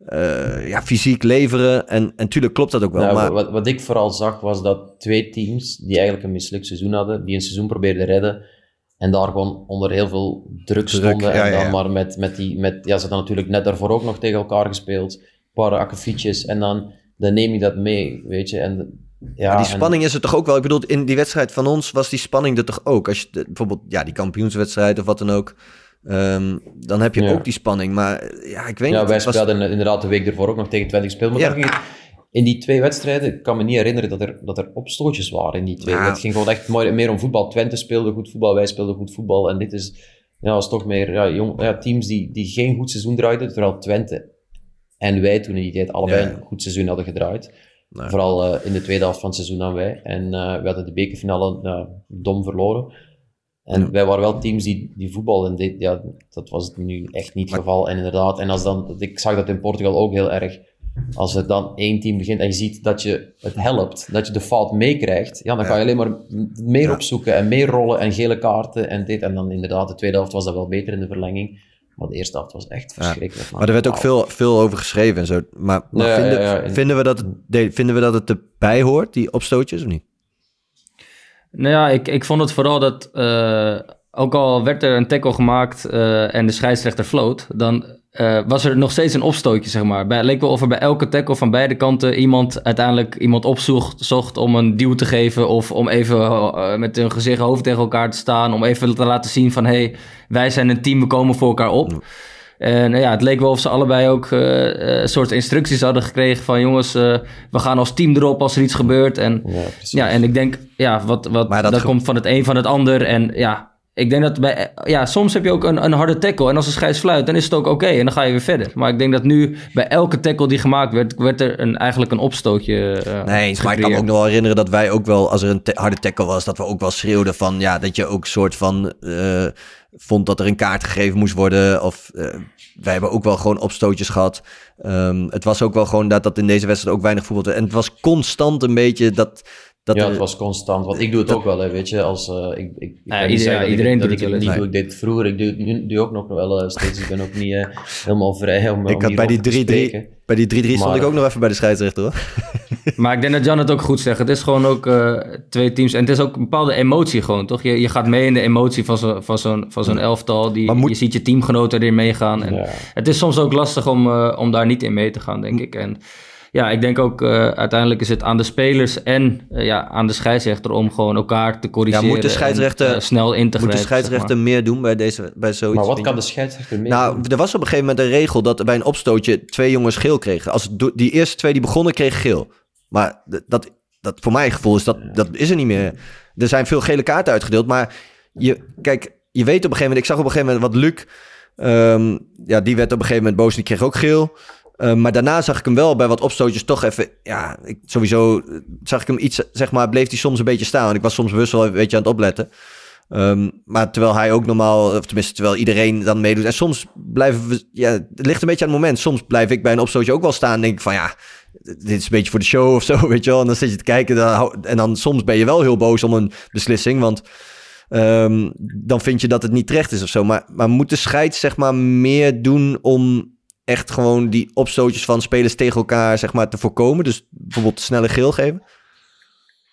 uh, ja, fysiek leveren... en natuurlijk klopt dat ook wel. Nou, maar... wat, wat ik vooral zag was dat twee teams... die eigenlijk een mislukt seizoen hadden... die een seizoen probeerden redden... en daar gewoon onder heel veel druk stonden... Druk, ja, en dan ja, ja. maar met, met die... Met, ja, ze hadden natuurlijk net daarvoor ook nog tegen elkaar gespeeld... een paar akkefietjes... en dan, dan neem je dat mee, weet je... En, Ja, maar die spanning en... is er toch ook wel. Ik bedoel, in die wedstrijd van ons was die spanning er toch ook. Als je de, bijvoorbeeld ja, die kampioenswedstrijd of wat dan ook. Um, dan heb je ja. ook die spanning. Maar ja, ik weet ja, niet. Wij was... speelden inderdaad de week ervoor ook nog tegen Twente gespeeld. Maar ja. ging het, in die twee wedstrijden, ik kan me niet herinneren dat er, dat er opstootjes waren in die twee. Ja. Het ging gewoon echt meer, meer om voetbal. Twente speelde goed voetbal, wij speelden goed voetbal. En dit is, ja, was toch meer ja, jong, ja, teams die, die geen goed seizoen draaiden. Terwijl Twente en wij toen in die tijd allebei ja. een goed seizoen hadden gedraaid. Nee. Vooral uh, in de tweede helft van het seizoen dan wij. En uh, we hadden de bekerfinale uh, dom verloren. En ja. wij waren wel teams die, die voetbal en dit, ja, dat was nu echt niet het geval. En inderdaad, en als dan, ik zag dat in Portugal ook heel erg. Als het dan één team begint en je ziet dat je het helpt, dat je de fout meekrijgt, ja, dan ja. kan je alleen maar meer ja. opzoeken en meer rollen en gele kaarten en dit. En dan inderdaad, de tweede helft was dat wel beter in de verlenging. Maar de eerste helft was echt verschrikkelijk. Ja, maar er werd ook veel, veel over geschreven en zo. Maar, maar ja, vinden, ja, ja. vinden, we dat het, vinden we dat het erbij hoort, die opstootjes, of niet? Nou ja, ik, ik vond het vooral dat... Uh, ook al werd er een tackle gemaakt uh, en de scheidsrechter floot... dan uh, was er nog steeds een opstootje, zeg maar. Bij, het leek wel of er bij elke tackle van beide kanten... iemand uiteindelijk iemand opzocht zocht om een duw te geven... of om even uh, met hun gezicht hoofd tegen elkaar te staan... om even te laten zien van... hey, wij zijn een team, we komen voor elkaar op... Mm. En ja, het leek wel of ze allebei ook uh, een soort instructies hadden gekregen van... jongens, uh, we gaan als team erop als er iets gebeurt. En ja, ja en ik denk, ja, wat, wat, dat, dat ge... komt van het een van het ander. En ja, ik denk dat bij... Ja, soms heb je ook een, een harde tackle. En als de scheids fluit, dan is het ook oké. Okay, en dan ga je weer verder. Maar ik denk dat nu bij elke tackle die gemaakt werd... werd er een, eigenlijk een opstootje uh, Nee, maar ik kan me ook nog wel herinneren dat wij ook wel... als er een te- harde tackle was, dat we ook wel schreeuwden van... ja, dat je ook soort van... Uh, vond dat er een kaart gegeven moest worden. Of uh, wij hebben ook wel gewoon opstootjes gehad. Um, het was ook wel gewoon dat, dat in deze wedstrijd ook weinig voetbal... En het was constant een beetje dat... dat ja, er, het was constant. Want ik doe het dat, ook wel, hè, weet je. Als, uh, ik, ik, ik ja, iedereen ja, iedereen doet het wel eens. Niet doe ik dit vroeger. Ik doe, nu, doe ook nog wel uh, steeds. Ik ben ook niet uh, helemaal vrij om, ik om had bij die drie drie Bij die drie drie stond ik ook nog even bij de scheidsrechter, hoor. Maar ik denk dat Jan het ook goed zegt. Het is gewoon ook uh, twee teams. En het is ook een bepaalde emotie gewoon, toch? Je, je gaat mee in de emotie van, zo, van, zo'n, van zo'n elftal. Die, moet... Je ziet je teamgenoten erin meegaan. En ja. Het is soms ook lastig om, uh, om daar niet in mee te gaan, denk ik. En ja, ik denk ook uh, uiteindelijk is het aan de spelers en uh, ja, aan de scheidsrechter om gewoon elkaar te corrigeren. Ja, moet de scheidsrechter en, uh, snel in te Moet de scheidsrechter zeg maar. meer doen bij, deze, bij zoiets? Maar wat kan de scheidsrechter meer nou, doen? Er was op een gegeven moment een regel dat bij een opstootje twee jongens geel kregen. Als do- die eerste twee die begonnen kregen geel. Maar dat, dat voor mijn gevoel is dat, dat is er niet meer. Er zijn veel gele kaarten uitgedeeld, maar je, kijk, je weet op een gegeven moment... Ik zag op een gegeven moment wat Luc... Um, ja, die werd op een gegeven moment boos, die kreeg ook geel. Uh, maar daarna zag ik hem wel bij wat opstootjes toch even... Ja, ik, sowieso zag ik hem iets, zeg maar, bleef hij soms een beetje staan. Want ik was soms bewust wel een beetje aan het opletten. Um, maar terwijl hij ook normaal, of tenminste terwijl iedereen dan meedoet. En soms blijven we... Ja, het ligt een beetje aan het moment. Soms blijf ik bij een opstootje ook wel staan en denk ik van ja... Dit is een beetje voor de show of zo, weet je wel. En dan zit je te kijken dan, en dan soms ben je wel heel boos om een beslissing. Want um, dan vind je dat het niet terecht is of zo. Maar, maar moet de scheids zeg maar meer doen om echt gewoon die opstootjes van spelers tegen elkaar zeg maar te voorkomen? Dus bijvoorbeeld snelle geel geven?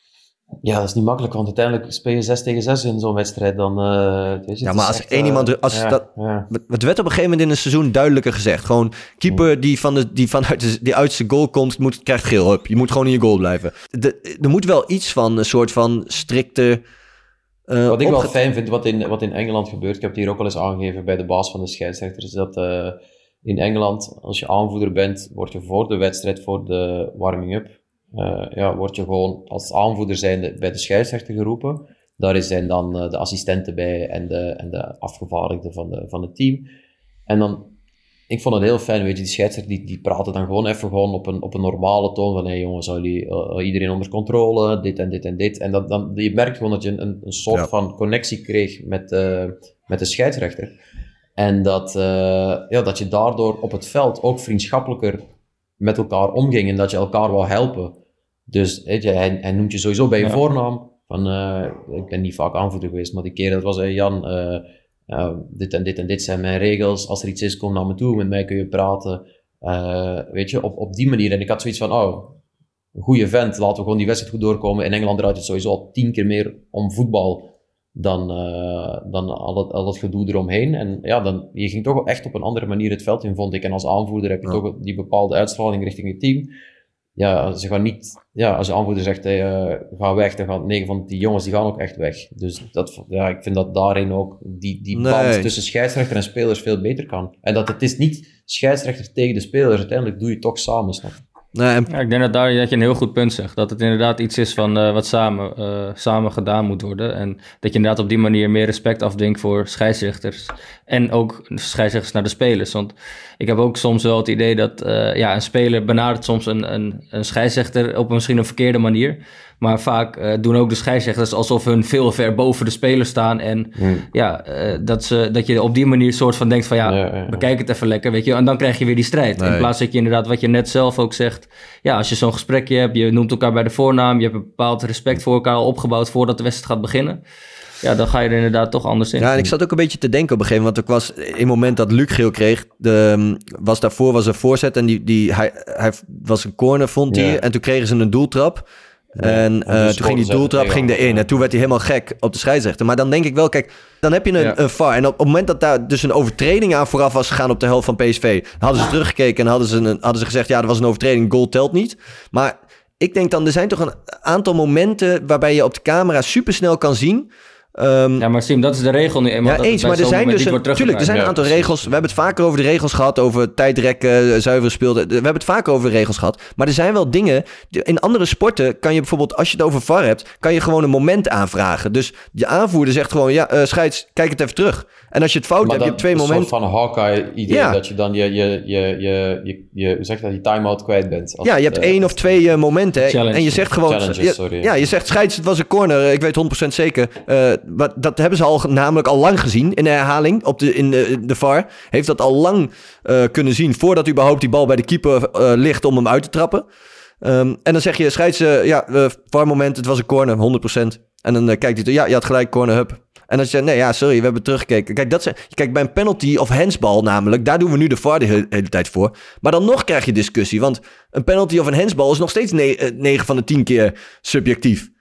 Ja, dat is niet makkelijk, want uiteindelijk speel je zes tegen zes in zo'n wedstrijd. Dan, uh, weet je, ja, maar als echt, één uh, iemand... Als ja, dat, ja. Het werd op een gegeven moment in een seizoen duidelijker gezegd. Gewoon, keeper die, van de, die vanuit de, die uit zijn goal komt, moet, krijgt geel. Up. Je moet gewoon in je goal blijven. De, er moet wel iets van een soort van strikte... Uh, wat ik opge- wel fijn vind, wat in, wat in Engeland gebeurt, ik heb het hier ook al eens aangegeven bij de baas van de scheidsrechter, is dat uh, in Engeland, als je aanvoerder bent, word je voor de wedstrijd, voor de warming-up, uh, ja, word je gewoon als aanvoerder zijnde bij de scheidsrechter geroepen. Daar zijn dan uh, de assistenten bij en de, en de afgevaardigden van, de, van het team. En dan, ik vond het heel fijn, weet je, die scheidsrechter, die, die praten dan gewoon even gewoon op een, op een normale toon van, hé hey, jongens, hou jullie, uh, iedereen onder controle, dit en dit en dit. En dat, dan, je merkt gewoon dat je een, een soort ja. van connectie kreeg met, uh, met de scheidsrechter. En dat, uh, ja, dat je daardoor op het veld ook vriendschappelijker met elkaar omging en dat je elkaar wou helpen. Dus weet je, hij, hij noemt je sowieso bij je ja. voornaam. Van, uh, ik ben niet vaak aanvoerder geweest, maar die keer dat was uh, Jan, uh, uh, dit en dit en dit zijn mijn regels. Als er iets is, kom naar me toe, met mij kun je praten. Uh, weet je, op, op die manier. En ik had zoiets van, oh, een goede vent, laten we gewoon die wedstrijd goed doorkomen. In Engeland draait het sowieso al tien keer meer om voetbal dan, uh, dan al, het, al het gedoe eromheen. En ja, dan, je ging toch echt op een andere manier het veld in, vond ik. En als aanvoerder heb je ja. toch die bepaalde uitstraling richting het team. Ja, ze gaan niet... Ja, als je aanvoerder zegt, hey, uh, ga weg, dan gaan negen van die jongens die gaan ook echt weg. Dus dat, ja, ik vind dat daarin ook die, die band nee. tussen scheidsrechter en spelers veel beter kan. En dat het is niet scheidsrechter tegen de spelers. Uiteindelijk doe je het toch samen, snap je? Nee, en... ja, ik denk dat, daar, dat je een heel goed punt zegt. Dat het inderdaad iets is van uh, wat samen, uh, samen gedaan moet worden. En dat je inderdaad op die manier meer respect afdwingt voor scheidsrechters. En ook scheidsrechters naar de spelers. Want ik heb ook soms wel het idee dat uh, ja, een speler benadert soms een, een, een scheidsrechter op misschien een verkeerde manier. Maar vaak uh, doen ook de scheidsrechters alsof hun veel ver boven de speler staan. En hmm. ja, uh, dat, ze, dat je op die manier soort van denkt van ja, ja, ja, ja, bekijk het even lekker, weet je. En dan krijg je weer die strijd. Nee. In plaats dat je inderdaad, wat je net zelf ook zegt. Ja, als je zo'n gesprekje hebt, je noemt elkaar bij de voornaam. Je hebt een bepaald respect voor elkaar al opgebouwd voordat de wedstrijd gaat beginnen. Ja, dan ga je er inderdaad toch anders in. Ja, en ik zat ook een beetje te denken op een gegeven moment. Want ik was, in het moment dat Luc geel kreeg, de, was daarvoor was een voorzet. En die, die, hij, hij was een corner, vond hij. Ja. En toen kregen ze een doeltrap. Ja, en uh, toen ging die doeltrap ging erin. En toen werd hij helemaal gek op de scheidsrechter. Maar dan denk ik wel, kijk, dan heb je een, ja. een V A R. En op het moment dat daar dus een overtreding aan vooraf was gegaan op de helft van P S V, hadden ze teruggekeken en hadden ze, een, hadden ze gezegd, ja, er was een overtreding, goal telt niet. Maar ik denk dan, er zijn toch een aantal momenten waarbij je op de camera supersnel kan zien. Um, ja, maar Sim, dat is de regel nu eenmaal. Ja, eens, maar er zijn dus een, tuurlijk, er zijn een aantal ja, regels. We hebben het vaker over de regels gehad, over tijdrekken, zuivere speelden. We hebben het vaker over de regels gehad. Maar er zijn wel dingen, in andere sporten kan je bijvoorbeeld, als je het over V A R hebt, kan je gewoon een moment aanvragen. Dus je aanvoerder zegt gewoon, ja, uh, scheids, kijk het even terug. En als je het fout maar hebt, je hebt twee momenten. Een soort van Hawkeye-idee, ja. dat je dan je, je, je, je, je, je, hoe zeg je dat, je time-out kwijt bent. Als ja, je het, hebt uh, één of twee uh, momenten. Challenge. En je zegt gewoon, Challenges, sorry. Ja, ja, je zegt, scheids, het was een corner, ik weet honderd procent zeker. Uh, wat, dat hebben ze al namelijk al lang gezien in de herhaling op de, in de, de V A R. Heeft dat al lang uh, kunnen zien voordat überhaupt die bal bij de keeper uh, ligt om hem uit te trappen. Um, en dan zeg je, scheids, uh, ja, uh, V A R moment, het was een corner, honderd procent. En dan uh, kijkt hij, ja, je had gelijk, corner, hup. En dan zeg je, nee, ja, sorry, we hebben teruggekeken. Kijk, dat zijn, kijk, bij een penalty of handsbal namelijk, daar doen we nu de V A R de hele, hele tijd voor. Maar dan nog krijg je discussie, want een penalty of een handsbal is nog steeds negen van de tien keer subjectief.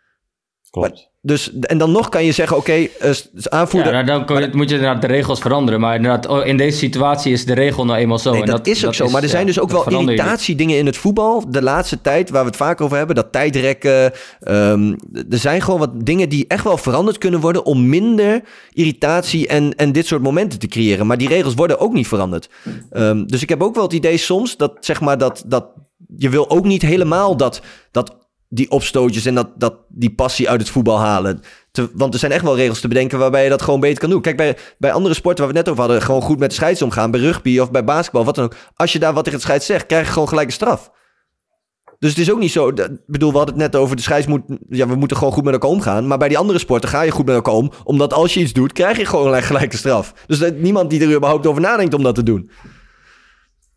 Klopt. Maar, dus, en dan nog kan je zeggen, oké, okay, uh, aanvoerder... Ja, nou, dan je, moet je inderdaad de regels veranderen. Maar inderdaad, in deze situatie is de regel nou eenmaal zo. Nee, en dat, dat is ook dat zo. Is, maar er zijn ja, dus ook wel irritatiedingen in het voetbal. De laatste tijd, waar we het vaak over hebben. Dat tijdrekken. Um, er zijn gewoon wat dingen die echt wel veranderd kunnen worden... om minder irritatie en, en dit soort momenten te creëren. Maar die regels worden ook niet veranderd. Um, dus ik heb ook wel het idee soms dat, zeg maar, dat... dat je wil ook niet helemaal dat... dat die opstootjes en dat, dat, die passie uit het voetbal halen. Te, want er zijn echt wel regels te bedenken waarbij je dat gewoon beter kan doen. Kijk, bij, bij andere sporten waar we het net over hadden... gewoon goed met de scheids omgaan, bij rugby of bij basketbal, wat dan ook. Als je daar wat tegen het scheids zegt, krijg je gewoon gelijk een straf. Dus het is ook niet zo... Ik bedoel, we hadden het net over de scheids moet... Ja, we moeten gewoon goed met elkaar omgaan. Maar bij die andere sporten ga je goed met elkaar om. Omdat als je iets doet, krijg je gewoon gelijk een straf. Dus er is niemand die er überhaupt over nadenkt om dat te doen.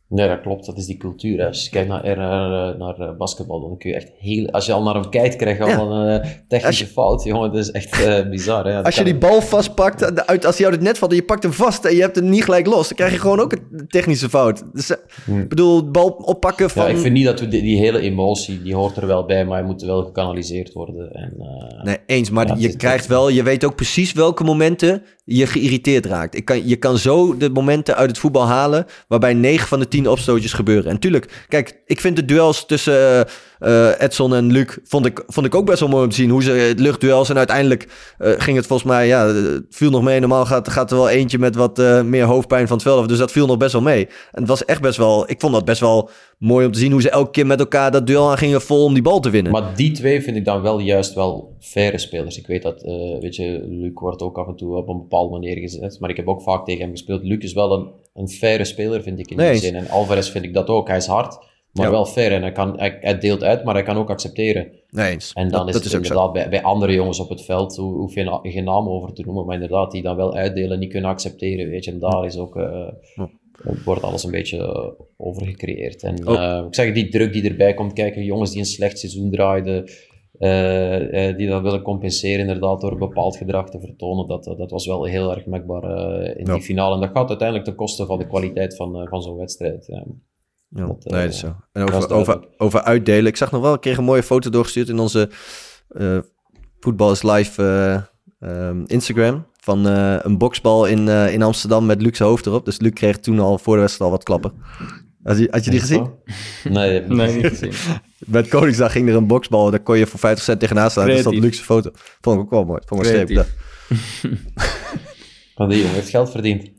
Nee, dat klopt. Dat is die cultuur. Hè. Als je kijkt naar, naar, naar basketbal, dan kun je echt heel... Als je al naar hem kijkt, krijg je al ja. een uh, technische je... fout. Jongen, dat is echt uh, bizar. Hè. Als je die bal vastpakt, uit, als hij uit het net valt en je pakt hem vast en je hebt hem niet gelijk los, dan krijg je gewoon ook een technische fout. Dus ik hmm. bedoel, bal oppakken van... Ja, ik vind niet dat we die, die hele emotie, die hoort er wel bij, maar hij moet wel gekanaliseerd worden. En, uh, nee, eens. Maar ja, je krijgt wel... Je weet ook precies welke momenten je geïrriteerd raakt. Ik kan, je kan zo de momenten uit het voetbal halen waarbij negen van de tien opstootjes gebeuren. En tuurlijk, kijk, ik vind de duels tussen uh, uh, Edson en Luc vond ik, vond ik ook best wel mooi om te zien. Hoe ze het luchtduels en uiteindelijk uh, ging het volgens mij, ja, het viel nog mee. Normaal gaat, gaat er wel eentje met wat uh, meer hoofdpijn van het veld af. Dus dat viel nog best wel mee. En het was echt best wel, ik vond dat best wel mooi om te zien hoe ze elke keer met elkaar dat duel aan gingen vol om die bal te winnen. Maar die twee vind ik dan wel juist wel faire spelers. Ik weet dat, uh, weet je, Luc wordt ook af en toe op een bepaalde manier gezet. Maar ik heb ook vaak tegen hem gespeeld. Luc is wel een, een faire speler, vind ik in nee, die zin. En Alvarez vind ik dat ook. Hij is hard, maar ja. wel fair. En hij, kan, hij, hij deelt uit, maar hij kan ook accepteren. Nee eens. En dan dat, is dat het is inderdaad bij, bij andere jongens op het veld, hoe, hoef je geen naam over te noemen, maar inderdaad, die dan wel uitdelen en niet kunnen accepteren, weet je. En daar is ook... Uh, ja. wordt alles een beetje uh, overgecreëerd. En oh. uh, ik zeg, die druk die erbij komt, kijken, jongens die een slecht seizoen draaiden, uh, uh, die dat willen compenseren inderdaad door een bepaald gedrag te vertonen, dat, uh, dat was wel heel erg merkbaar uh, in ja. die finale. En dat gaat uiteindelijk ten koste van de kwaliteit van, uh, van zo'n wedstrijd. Ja. Ja, dat, uh, nee, dat is zo. En over, over, over uitdelen, ik zag nog wel, ik kreeg een mooie foto doorgestuurd in onze uh, Voetbal is Live uh, um, Instagram. Van uh, een boksbal in, uh, in Amsterdam met Luc's hoofd erop. Dus Luc kreeg toen al voor de wedstrijd al wat klappen. Had je, had je die gezien? Nee, nee, niet gezien. Met Koningsdag ging er een boksbal. Daar kon je voor vijftig cent tegenaan staan. Dus dat Luc's foto. Vond ik ook wel mooi. Vond ik een streep. Want die jongen heeft geld verdiend.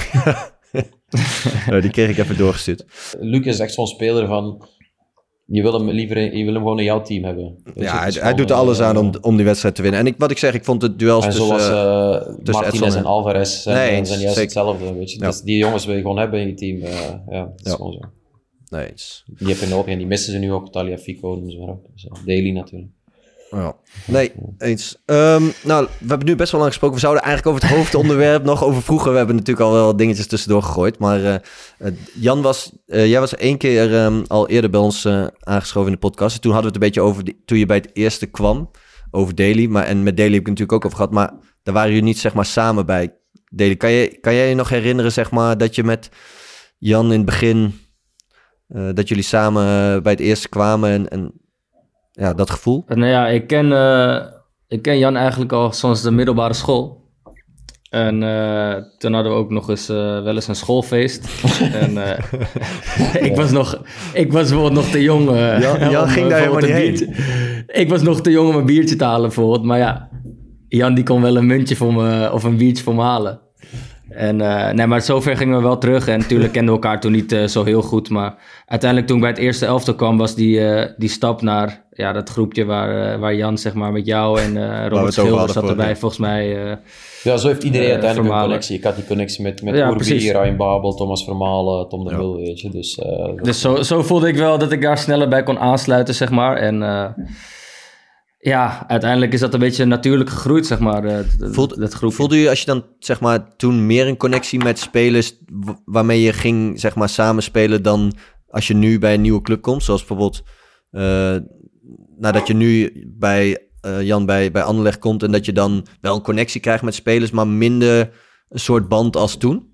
nou, die kreeg ik even doorgestuurd. Luc is echt zo'n speler van... Je wil hem liever je wil hem gewoon in jouw team hebben. Ja, hij, hij doet er alles aan om, om die wedstrijd te winnen. En ik, wat ik zeg, ik vond het duels en tussen... zoals uh, tussen Martinez en, en Alvarez zijn, nee, zijn juist zeker. hetzelfde. Weet je? Ja. Dus die jongens wil je gewoon hebben in je team. Uh, ja, dat is ja. gewoon zo. Nee, die heb je nodig en die missen ze nu ook. Tagliafico, noem ze maar op. Dus, uh, Daly natuurlijk. Ja. Nee, eens. Um, nou, we hebben nu best wel lang gesproken. We zouden eigenlijk over het hoofdonderwerp nog over vroeger. We hebben natuurlijk al wel dingetjes tussendoor gegooid. Maar uh, uh, Jan was... Uh, jij was één keer um, al eerder bij ons uh, aangeschoven in de podcast. En toen hadden we het een beetje over... Die, toen je bij het eerste kwam. Over Daly. Maar, en met Daly heb ik het natuurlijk ook over gehad. Maar daar waren jullie niet zeg maar samen bij Daly. Kan je, kan jij je nog herinneren zeg maar dat je met Jan in het begin... Uh, dat jullie samen uh, bij het eerste kwamen en... en ja, dat gevoel? Nou ja, ik ken, uh, ik ken Jan eigenlijk al sinds de middelbare school. En uh, toen hadden we ook nog eens uh, wel eens een schoolfeest. en uh, ik was nog, ik was bijvoorbeeld nog te jong. Uh, Jan, Jan om, ging uh, daar helemaal niet heen. Ik was nog te jong om een biertje te halen bijvoorbeeld. Maar ja, Jan die kon wel een muntje voor me of een biertje voor me halen. En, uh, nee, maar zover gingen we wel terug. En natuurlijk kenden we elkaar toen niet uh, zo heel goed. Maar uiteindelijk toen ik bij het eerste elftal kwam... was die, uh, die stap naar ja, dat groepje waar, uh, waar Jan zeg maar met jou en uh, Robert Schilder zat erbij. Ja. Volgens mij... Uh, ja, zo heeft iedereen uh, uiteindelijk Vermalen. Een connectie. Ik had die connectie met, met ja, Urbi, Ryan Babel, Thomas Vermalen, Tom de ja. Mul, weet je. Dus, uh, dus zo, zo voelde ik wel dat ik daar sneller bij kon aansluiten, zeg maar. En... Uh, ja, uiteindelijk is dat een beetje natuurlijk gegroeid, zeg maar, uh, Voelde, dat groepje. Voelde je als je dan, zeg maar, toen meer een connectie met spelers w- waarmee je ging, zeg maar, samenspelen dan als je nu bij een nieuwe club komt? Zoals bijvoorbeeld, uh, nadat je nu bij uh, Jan bij, bij Anderlecht komt en dat je dan wel een connectie krijgt met spelers, maar minder een soort band als toen?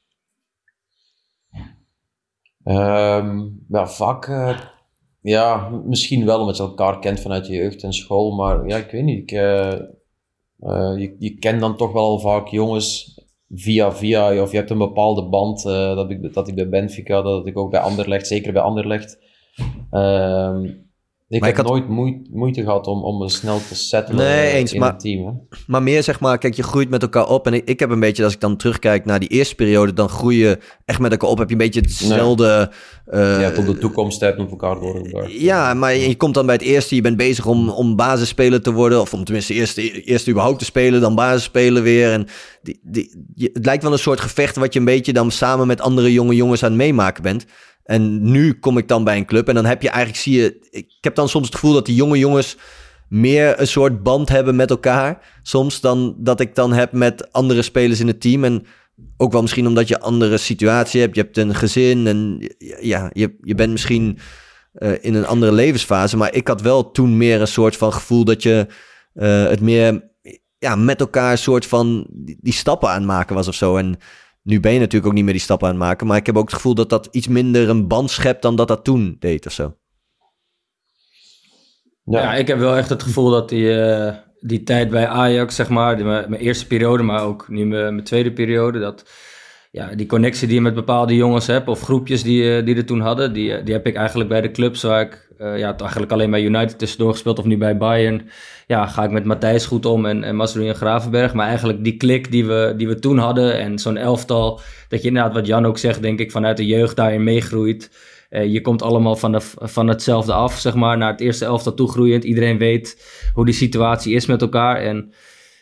Um, ja, vaak... Uh... Ja, misschien wel omdat je elkaar kent vanuit je jeugd en school, maar ja, ik weet niet. Ik, uh, uh, je, je kent dan toch wel vaak jongens via via, of je hebt een bepaalde band. Uh, dat, ik, dat ik bij Benfica, dat ik ook bij Anderlecht, zeker bij Anderlecht. Uh, ik maar heb ik had... nooit moeite, moeite gehad om, om me snel te settelen nee, eens, in maar, het team. Hè? Maar meer zeg maar, kijk, je groeit met elkaar op. En ik, ik heb een beetje, als ik dan terugkijk naar die eerste periode, dan groei je echt met elkaar op. Heb je een beetje hetzelfde... Nee. Uh, ja, tot de toekomst hebt met elkaar doorgebracht. Ja, maar je komt dan bij het eerste, je bent bezig om, om basisspeler te worden. Of om tenminste eerst, eerst überhaupt te spelen, dan basisspeler weer. En die, die, je, het lijkt wel een soort gevecht wat je een beetje dan samen met andere jonge jongens aan het meemaken bent. En nu kom ik dan bij een club en dan heb je eigenlijk, zie je... Ik heb dan soms het gevoel dat die jonge jongens meer een soort band hebben met elkaar. Soms dan dat ik dan heb met andere spelers in het team. En ook wel misschien omdat je een andere situatie hebt. Je hebt een gezin en ja, je, je bent misschien uh, in een andere levensfase. Maar ik had wel toen meer een soort van gevoel dat je uh, het meer ja, met elkaar een soort van die, die stappen aan het maken was of zo. En nu ben je natuurlijk ook niet meer die stappen aan het maken. Maar ik heb ook het gevoel dat dat iets minder een band schept dan dat dat toen deed of zo. Ja, ja ik heb wel echt het gevoel dat die, uh, die tijd bij Ajax, zeg maar, die, mijn, mijn eerste periode, maar ook nu mijn, mijn tweede periode, dat ja, die connectie die je met bepaalde jongens hebt, of groepjes die, uh, die er toen hadden, die, die heb ik eigenlijk bij de clubs waar ik, uh, ja, eigenlijk alleen bij United tussendoor gespeeld, of nu bij Bayern, ja, ga ik met Matthijs goed om en, en Mazraoui en Gravenberg, maar eigenlijk die klik die we, die we toen hadden en zo'n elftal, dat je inderdaad, wat Jan ook zegt, denk ik, vanuit de jeugd daarin meegroeit. Uh, je komt allemaal van, de, van hetzelfde af, zeg maar, naar het eerste elftal toegroeiend. Iedereen weet hoe die situatie is met elkaar. En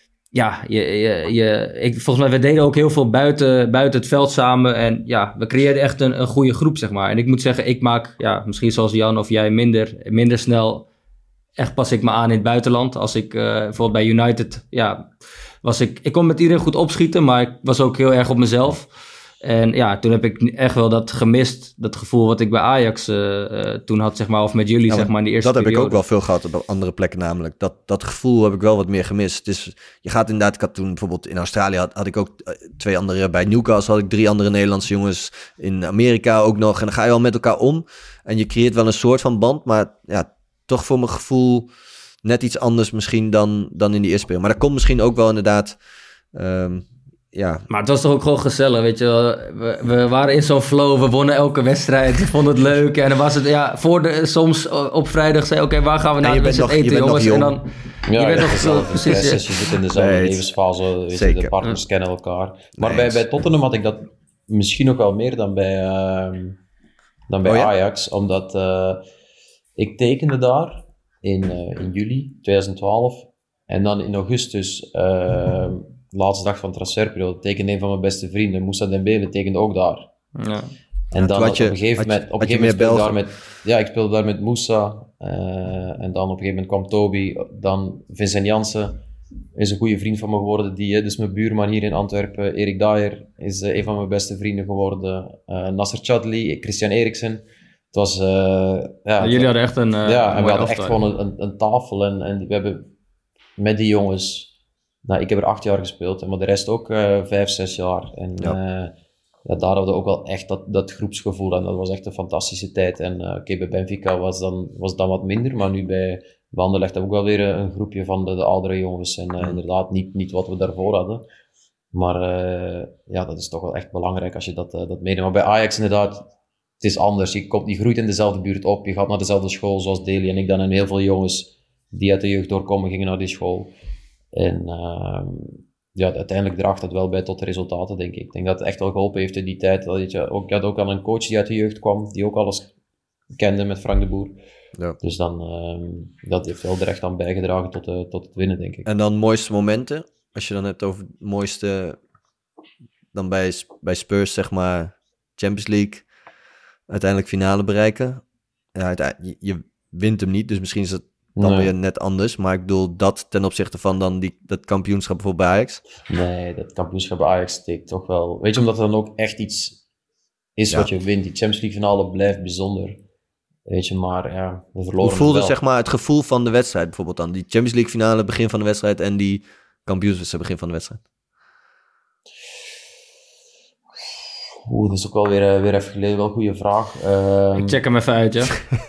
ja, je, je, je, ik, volgens mij, we deden ook heel veel buiten, buiten het veld samen. En ja, we creëerden echt een, een goede groep, zeg maar. En ik moet zeggen, ik maak, ja, misschien zoals Jan of jij, minder, minder snel. Echt pas ik me aan in het buitenland. Als ik uh, bijvoorbeeld bij United, ja, was ik, ik kon met iedereen goed opschieten, maar ik was ook heel erg op mezelf. En ja, toen heb ik echt wel dat gemist, dat gevoel wat ik bij Ajax uh, uh, toen had, zeg maar, of met jullie, ja, zeg maar, in de eerste dat periode. Dat heb ik ook wel veel gehad op andere plekken namelijk. Dat, dat gevoel heb ik wel wat meer gemist. Dus je gaat inderdaad, ik had toen bijvoorbeeld in Australië, had, had ik ook twee andere, bij Newcastle had ik drie andere Nederlandse jongens, in Amerika ook nog. En dan ga je wel met elkaar om en je creëert wel een soort van band, maar ja, toch voor mijn gevoel net iets anders misschien dan, dan in die eerste periode. Maar dat komt misschien ook wel inderdaad... Um, Ja. Maar het was toch ook gewoon gezellig, weet je wel. We, we waren in zo'n flow, we wonnen elke wedstrijd, we vonden het leuk. En dan was het, ja, voor de, soms op vrijdag zei oké, okay, waar gaan we nou eten, je jongens? En dan, ja, je bent nog zo, precies. Je zit in dezelfde nee, levensfase, weet je, de partners ja. kennen elkaar. Maar nee, bij, bij Tottenham had ik dat misschien ook wel meer dan bij, uh, dan bij oh, ja? Ajax, omdat uh, ik tekende daar in, uh, in juli twintig twaalf en dan in augustus... Uh, de laatste dag van de transferperiode tekende een van mijn beste vrienden, Moussa Dembele, tekende ook daar. Ja. En dan je, op een gegeven moment, op een gegeven moment speelde daar met, ja, ik speelde daar met Moussa, uh, en dan op een gegeven moment kwam Toby, dan Vincent Janssen is een goede vriend van me geworden, die, dus mijn buurman hier in Antwerpen, Erik Dyer, is uh, een van mijn beste vrienden geworden, uh, Nasser Chadli, Christian Eriksen. Het was, uh, ja, ja, jullie hadden echt een uh, ja, en we hadden echt gewoon een, een, een tafel en, en we hebben met die jongens. Nou, ik heb er acht jaar gespeeld, maar de rest ook uh, vijf, zes jaar. En ja. Uh, ja, daar hadden we ook wel echt dat, dat groepsgevoel. En dat was echt een fantastische tijd. En uh, oké, okay, bij Benfica was dan, was dan wat minder, maar nu bij Anderlecht heb ik ook wel weer een groepje van de, de oudere jongens. En uh, mm. inderdaad, niet, niet wat we daarvoor hadden. Maar uh, ja, dat is toch wel echt belangrijk als je dat, uh, dat meeneemt. Maar bij Ajax inderdaad, het is anders. Je, komt, je groeit in dezelfde buurt op, je gaat naar dezelfde school zoals Deli en ik dan. En heel veel jongens die uit de jeugd doorkomen, gingen naar die school. En uh, ja, uiteindelijk draagt dat wel bij tot de resultaten, denk ik. Ik denk dat het echt wel geholpen heeft in die tijd. Dat je, ook, je had ook al een coach die uit de jeugd kwam, die ook alles kende met Frank de Boer. Ja. Dus dan, uh, dat heeft wel er echt aan bijgedragen tot, uh, tot het winnen, denk ik. En dan mooiste momenten, als je dan hebt over het mooiste, dan bij, bij Spurs, zeg maar, Champions League, uiteindelijk finale bereiken. Ja, je, je wint hem niet, dus misschien is het dan nee. weer net anders. Maar ik bedoel, dat ten opzichte van dan die, dat kampioenschap bijvoorbeeld bij Ajax. Nee, dat kampioenschap bij Ajax steekt toch wel... Weet je, omdat er dan ook echt iets is ja. wat je wint. Die Champions League finale blijft bijzonder. Weet je, maar ja, we verloren. Hoe voelde zeg maar het gevoel van de wedstrijd bijvoorbeeld dan? Die Champions League finale begin van de wedstrijd en die kampioenswedstrijd begin van de wedstrijd. Oeh, dat is ook wel weer, weer even geleden. Wel een goede vraag. Um... Ik check hem even uit, ja.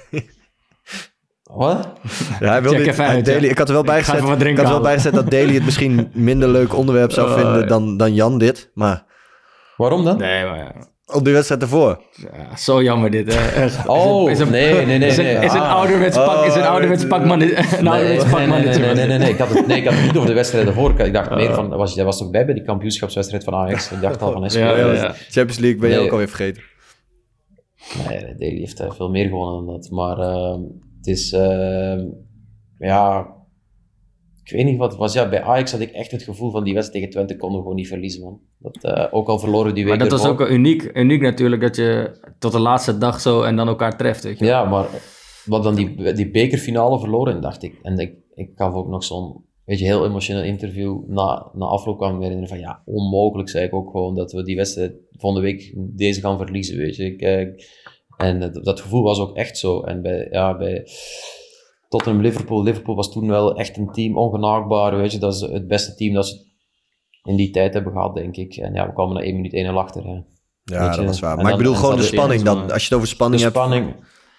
Wat? Ja, hij wilde Check even uit, Daily, ja. ik had er wel bij gezet, ik had er wel bij gezet dat Daily het misschien minder leuk onderwerp zou vinden uh, dan, dan Jan dit, maar... Waarom dan? Nee, maar ja. Op de wedstrijd ervoor. Ja, zo jammer dit, hè. Echt. Oh, is een, nee, nee, nee. Is een, nee. is een ah. ouderwets pak, is een ouderwets pakman. Een ouderwets nee, pakman. Nee, nee, nee, nee, nee, nee. Ik had het, nee, ik had het niet over de wedstrijd ervoor. Ik dacht meer van, was, jij was toch bij bij die kampioenschapswedstrijd van Ajax? Ik dacht al van, ja, ja, ja. Champions League ben je nee. ook alweer vergeten. Nee, Daily heeft uh, veel meer gewonnen dan dat. Maar uh, het is, uh, ja... Ik weet niet wat het was. Ja, bij Ajax had ik echt het gevoel van die wedstrijd tegen Twente konden we gewoon niet verliezen, man. Dat, uh, ook al verloren die week Maar dat ervoor. was ook uniek, uniek natuurlijk, dat je tot de laatste dag zo en dan elkaar treft, weet je. Ja, maar wat dan die, die bekerfinale verloren, dacht ik. En ik, ik gaf ook nog zo'n weet je, heel emotioneel interview. Na, na afloop kwam ik me herinneren van, ja, onmogelijk, zei ik ook gewoon, dat we die wedstrijd volgende week deze gaan verliezen, weet je. Ik, uh, en dat, dat gevoel was ook echt zo. En bij, ja, bij Tottenham Liverpool, Liverpool was toen wel echt een team, ongenaakbaar, weet je. Dat is het beste team dat ze in die tijd hebben gehad, denk ik. En ja, we kwamen na één minuut één nul achter. Hè. Ja, dat was waar. Maar dan, ik bedoel gewoon de spanning dan. Als je het over spanning de hebt. Spanning.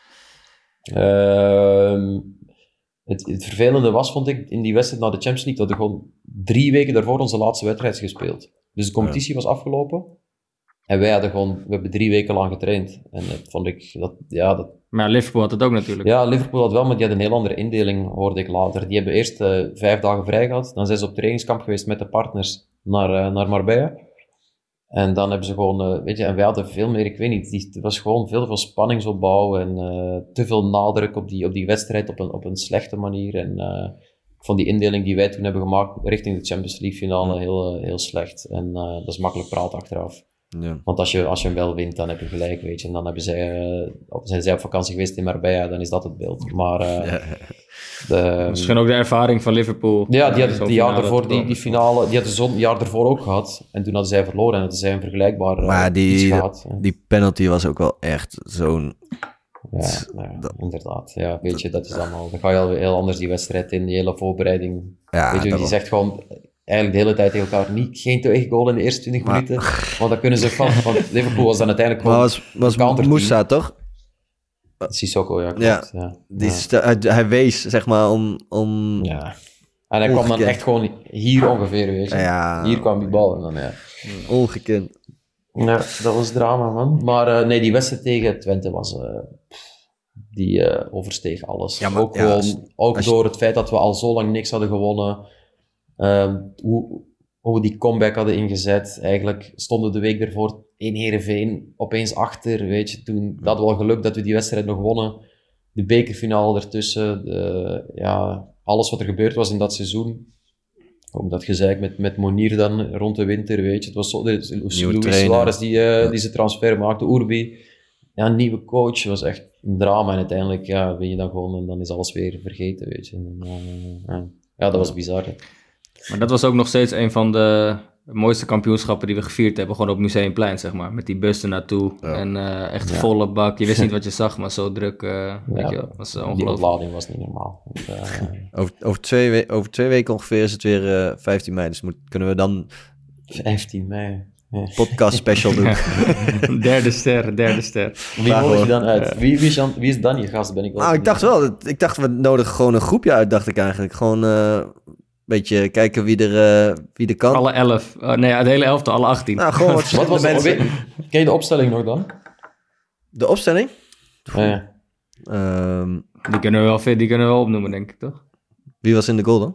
Uh, het, het vervelende was, vond ik, in die wedstrijd na de Champions League, dat we gewoon drie weken daarvoor onze laatste wedstrijd gespeeld. Dus de competitie ja. was afgelopen. En wij hadden gewoon, we hebben drie weken lang getraind. En dat vond ik, dat, ja, dat... Maar Liverpool had het ook natuurlijk. Ja, Liverpool had wel, maar die had een heel andere indeling, hoorde ik later. Die hebben eerst uh, vijf dagen vrij gehad. Dan zijn ze op trainingskamp geweest met de partners naar, uh, naar Marbella. En dan hebben ze gewoon, uh, weet je, en wij hadden veel meer, ik weet niet, die, het was gewoon veel, veel spanningsopbouw en uh, te veel nadruk op die, op die wedstrijd op een, op een slechte manier. En uh, ik vond die indeling die wij toen hebben gemaakt richting de Champions League finale heel, uh, heel slecht. En uh, dat is makkelijk praten achteraf. Ja. Want als je, als je hem wel wint, dan heb je gelijk, weet je. En dan hebben zij, uh, zijn zij op vakantie geweest in Marbella, dan is dat het beeld. Maar... Uh, ja. De, Misschien ook de ervaring van Liverpool. Ja, die hadden die jaar daarvoor, die, die finale, die hadden zo'n jaar daarvoor ook gehad. En toen hadden zij verloren en hadden zij een vergelijkbaar maar die, iets gehad. Die penalty was ook wel echt zo'n... Ja, nou ja, inderdaad. Ja, weet je, dat is dan al... Dan ga je al heel anders die wedstrijd in, die hele voorbereiding. Ja, weet je, die zegt gewoon... Eigenlijk de hele tijd tegen elkaar niet, geen tegengoal in de eerste twintig minuten. Want dan kunnen ze van... Want Liverpool was dan uiteindelijk gewoon... Maar was, was Moussa, toch? Sissoko, ja, klopt. Ja, ja. Die ja. St- hij, hij wees, zeg maar, om... om... Ja. En hij kwam dan echt gewoon hier ongeveer, weet je. Ja. Hier kwam die bal en dan, ja. Ongekend. Ja, dat was drama, man. Maar uh, nee, die wedstrijd tegen Twente was... Uh, die uh, oversteeg alles. Ja, maar, ook ja, gewoon, als, ook als door je... het feit dat we al zo lang niks hadden gewonnen. Uh, hoe, hoe we die comeback hadden ingezet. Eigenlijk stonden de week ervoor in Heerenveen opeens achter, weet je. Toen dat hadden we al geluk dat we die wedstrijd nog wonnen. De bekerfinale ertussen. De, ja, alles wat er gebeurd was in dat seizoen. Ook dat gezeik met, met Monier dan rond de winter, weet je. Het was zo, Luis Suarez die, uh, ja. die zijn transfer maakte, Urbi. Ja, een nieuwe coach, was echt een drama. En uiteindelijk ja, win je dan gewoon en dan is alles weer vergeten, weet je. En, uh, uh, ja, dat was bizar. Hè. Maar dat was ook nog steeds een van de mooiste kampioenschappen die we gevierd hebben. Gewoon op Museumplein, zeg maar. Met die bus ernaartoe. Ja. En uh, echt ja. volle bak. Je wist niet wat je zag, maar zo druk. Uh, ja. weet je wel. Was uh, die ontlading was niet normaal. Want, uh, over, over, twee we- over twee weken ongeveer is het weer uh, vijftien mei. Dus moet, kunnen we dan... vijftien mei. Ja. Podcast special doen. derde ster, derde ster. Wie nodig je dan uit? Wie, wie, is dan, wie is dan je gast? Ben ik wel nou, ik dacht wel. Ik dacht, we nodigen gewoon een groepje uit, dacht ik eigenlijk. Gewoon een uh, beetje kijken wie er, uh, wie er kan. Alle elf. Uh, nee, het hele elftal, alle achttien. Nou, gewoon wat, wat was mensen. De, ken je de opstelling nog dan? De opstelling? Ja, ja. Um, die, kunnen we wel, die kunnen we wel opnoemen, denk ik, toch? Wie was in de goal dan?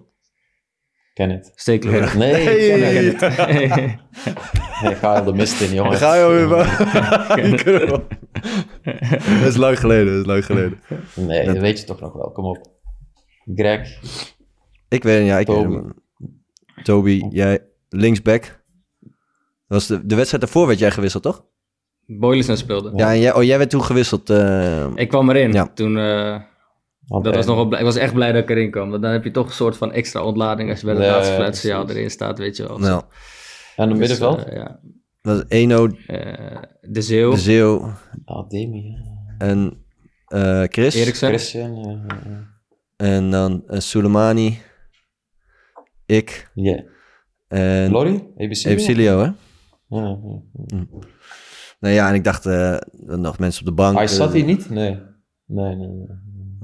Ken het. Stekelenburg. Nee, nee, ik ken het. Nee. Nee, ga je de mist in, jongen. Ga je weer. Dat is lang geleden, dat is lang geleden. Nee, dat weet je toch nog wel. Kom op. Greg. Ik weet ja, ik Toby. Toby, jij linksback. Dat was de, de wedstrijd daarvoor werd jij gewisseld, toch? Boylissen speelde. Ja, en jij, oh, jij werd toen gewisseld. Uh... Ik kwam erin. Ja. Toen... Uh... Dat was nog blij, ik was echt blij dat ik erin kwam. Want dan heb je toch een soort van extra ontlading als je bij de laatste ja, fluitsignaal erin staat, weet je wel. Nou. En de middenveld? Dus, uh, ja. Dat is Eno. Uh, de Zeeuw. De Zeeuw. Ah, Demi, ja. En uh, Chris. Eriksen. Christian, ja, ja. En dan uh, Soleimani. Ik. Ja. Yeah. En... Lori? Ebicilio, hè? Ja, ja, ja. Hm. Nou ja, en ik dacht uh, nog mensen op de bank. Hij zat hier niet? Nee. Nee, nee, nee.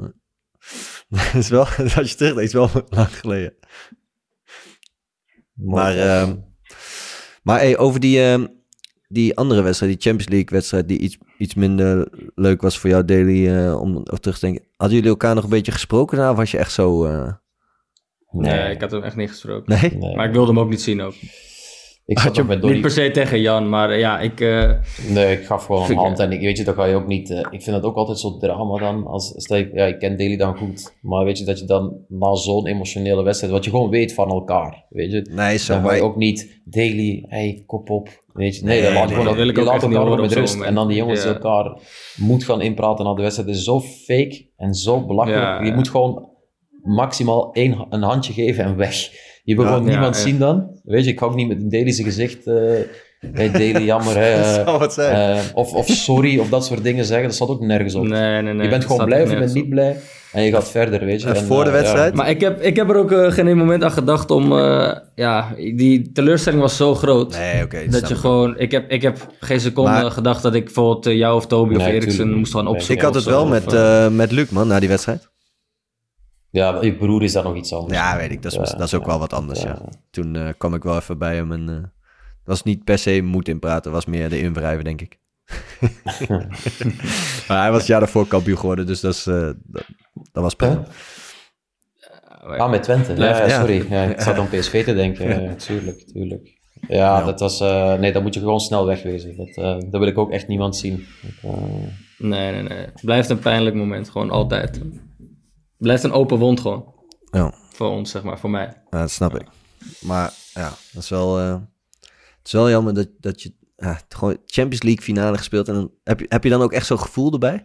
Dat is wel, als je terugdenkt, is wel lang geleden. Maar, uh, maar hey, over die, uh, die andere wedstrijd, die Champions League wedstrijd, die iets, iets minder leuk was voor jou, Daily, uh, om over terug te denken. Hadden jullie elkaar nog een beetje gesproken daar, of was je echt zo... Uh... Nee, nee, ik had hem echt niet gesproken. Nee? nee? Maar ik wilde hem ook niet zien ook. Ik zat je met niet per se tegen Jan, maar ja, ik... Uh, nee, ik gaf gewoon een hand en ik, weet je, dat ga je ook niet... Uh, ik vind dat ook altijd zo drama dan, als, stel je, ja, ik ken Daily dan goed, maar weet je, dat je dan na zo'n emotionele wedstrijd, wat je gewoon weet van elkaar, weet je, nee, zo, dan ga je maar... ook niet Daily, hey, kop op, weet je, nee, nee, dan laat je nee, gewoon, nee, je laat elkaar nog met rust, moment. En dan die jongens ja. die elkaar moet gaan inpraten na de wedstrijd, is zo fake en zo belachelijk, ja. Je moet gewoon... maximaal één, een handje geven en weg. Je wil ja, gewoon ja, niemand ja. zien dan. Weet je, ik ga ook niet met een Daily's gezicht... Uh, hey, Daily, jammer, hè. Uh, wat zijn. Uh, of, of sorry, of dat soort dingen zeggen. Dat staat ook nergens op. Nee, nee, nee. Je bent gewoon blij of je bent niet blij. En je gaat verder, weet je. En en, voor de wedstrijd? Ja. Maar ik heb, ik heb er ook uh, geen moment aan gedacht om... Uh, ja, die teleurstelling was zo groot. Nee, oké. Okay, dat je gewoon... Ik heb, ik heb geen seconde maar, gedacht dat ik bijvoorbeeld uh, jou of Toby nee, of Eriksen moest gaan opzoeken. Ik had het wel met, uh, met Luc, man, na die wedstrijd. Ja, je broer is daar nog iets anders. Ja, weet ik. Dat is, ja, dat is ook ja, wel wat anders, ja. ja. Toen uh, kwam ik wel even bij hem en... Uh, was niet per se moed in praten, was meer de invrijven, denk ik. Maar hij was het jaar daarvoor kampioen geworden, dus dat, is, uh, dat, dat was prima. Ah, met Twente. Ja, ja, sorry. Ja, ik zat aan P S V te denken. Ja, tuurlijk, tuurlijk. Ja, ja, dat was... Uh, nee, dan moet je gewoon snel wegwezen. Dat, uh, dat wil ik ook echt niemand zien. Dat, uh... Nee, nee, nee. Het blijft een pijnlijk moment, gewoon altijd. Het blijft een open wond gewoon. Ja. Voor ons, zeg maar, voor mij. Ja, dat snap ik. Maar ja, dat is wel... Uh... Het is wel jammer dat, dat je ja, gewoon Champions League finale gespeeld en dan heb je, heb je dan ook echt zo'n gevoel erbij?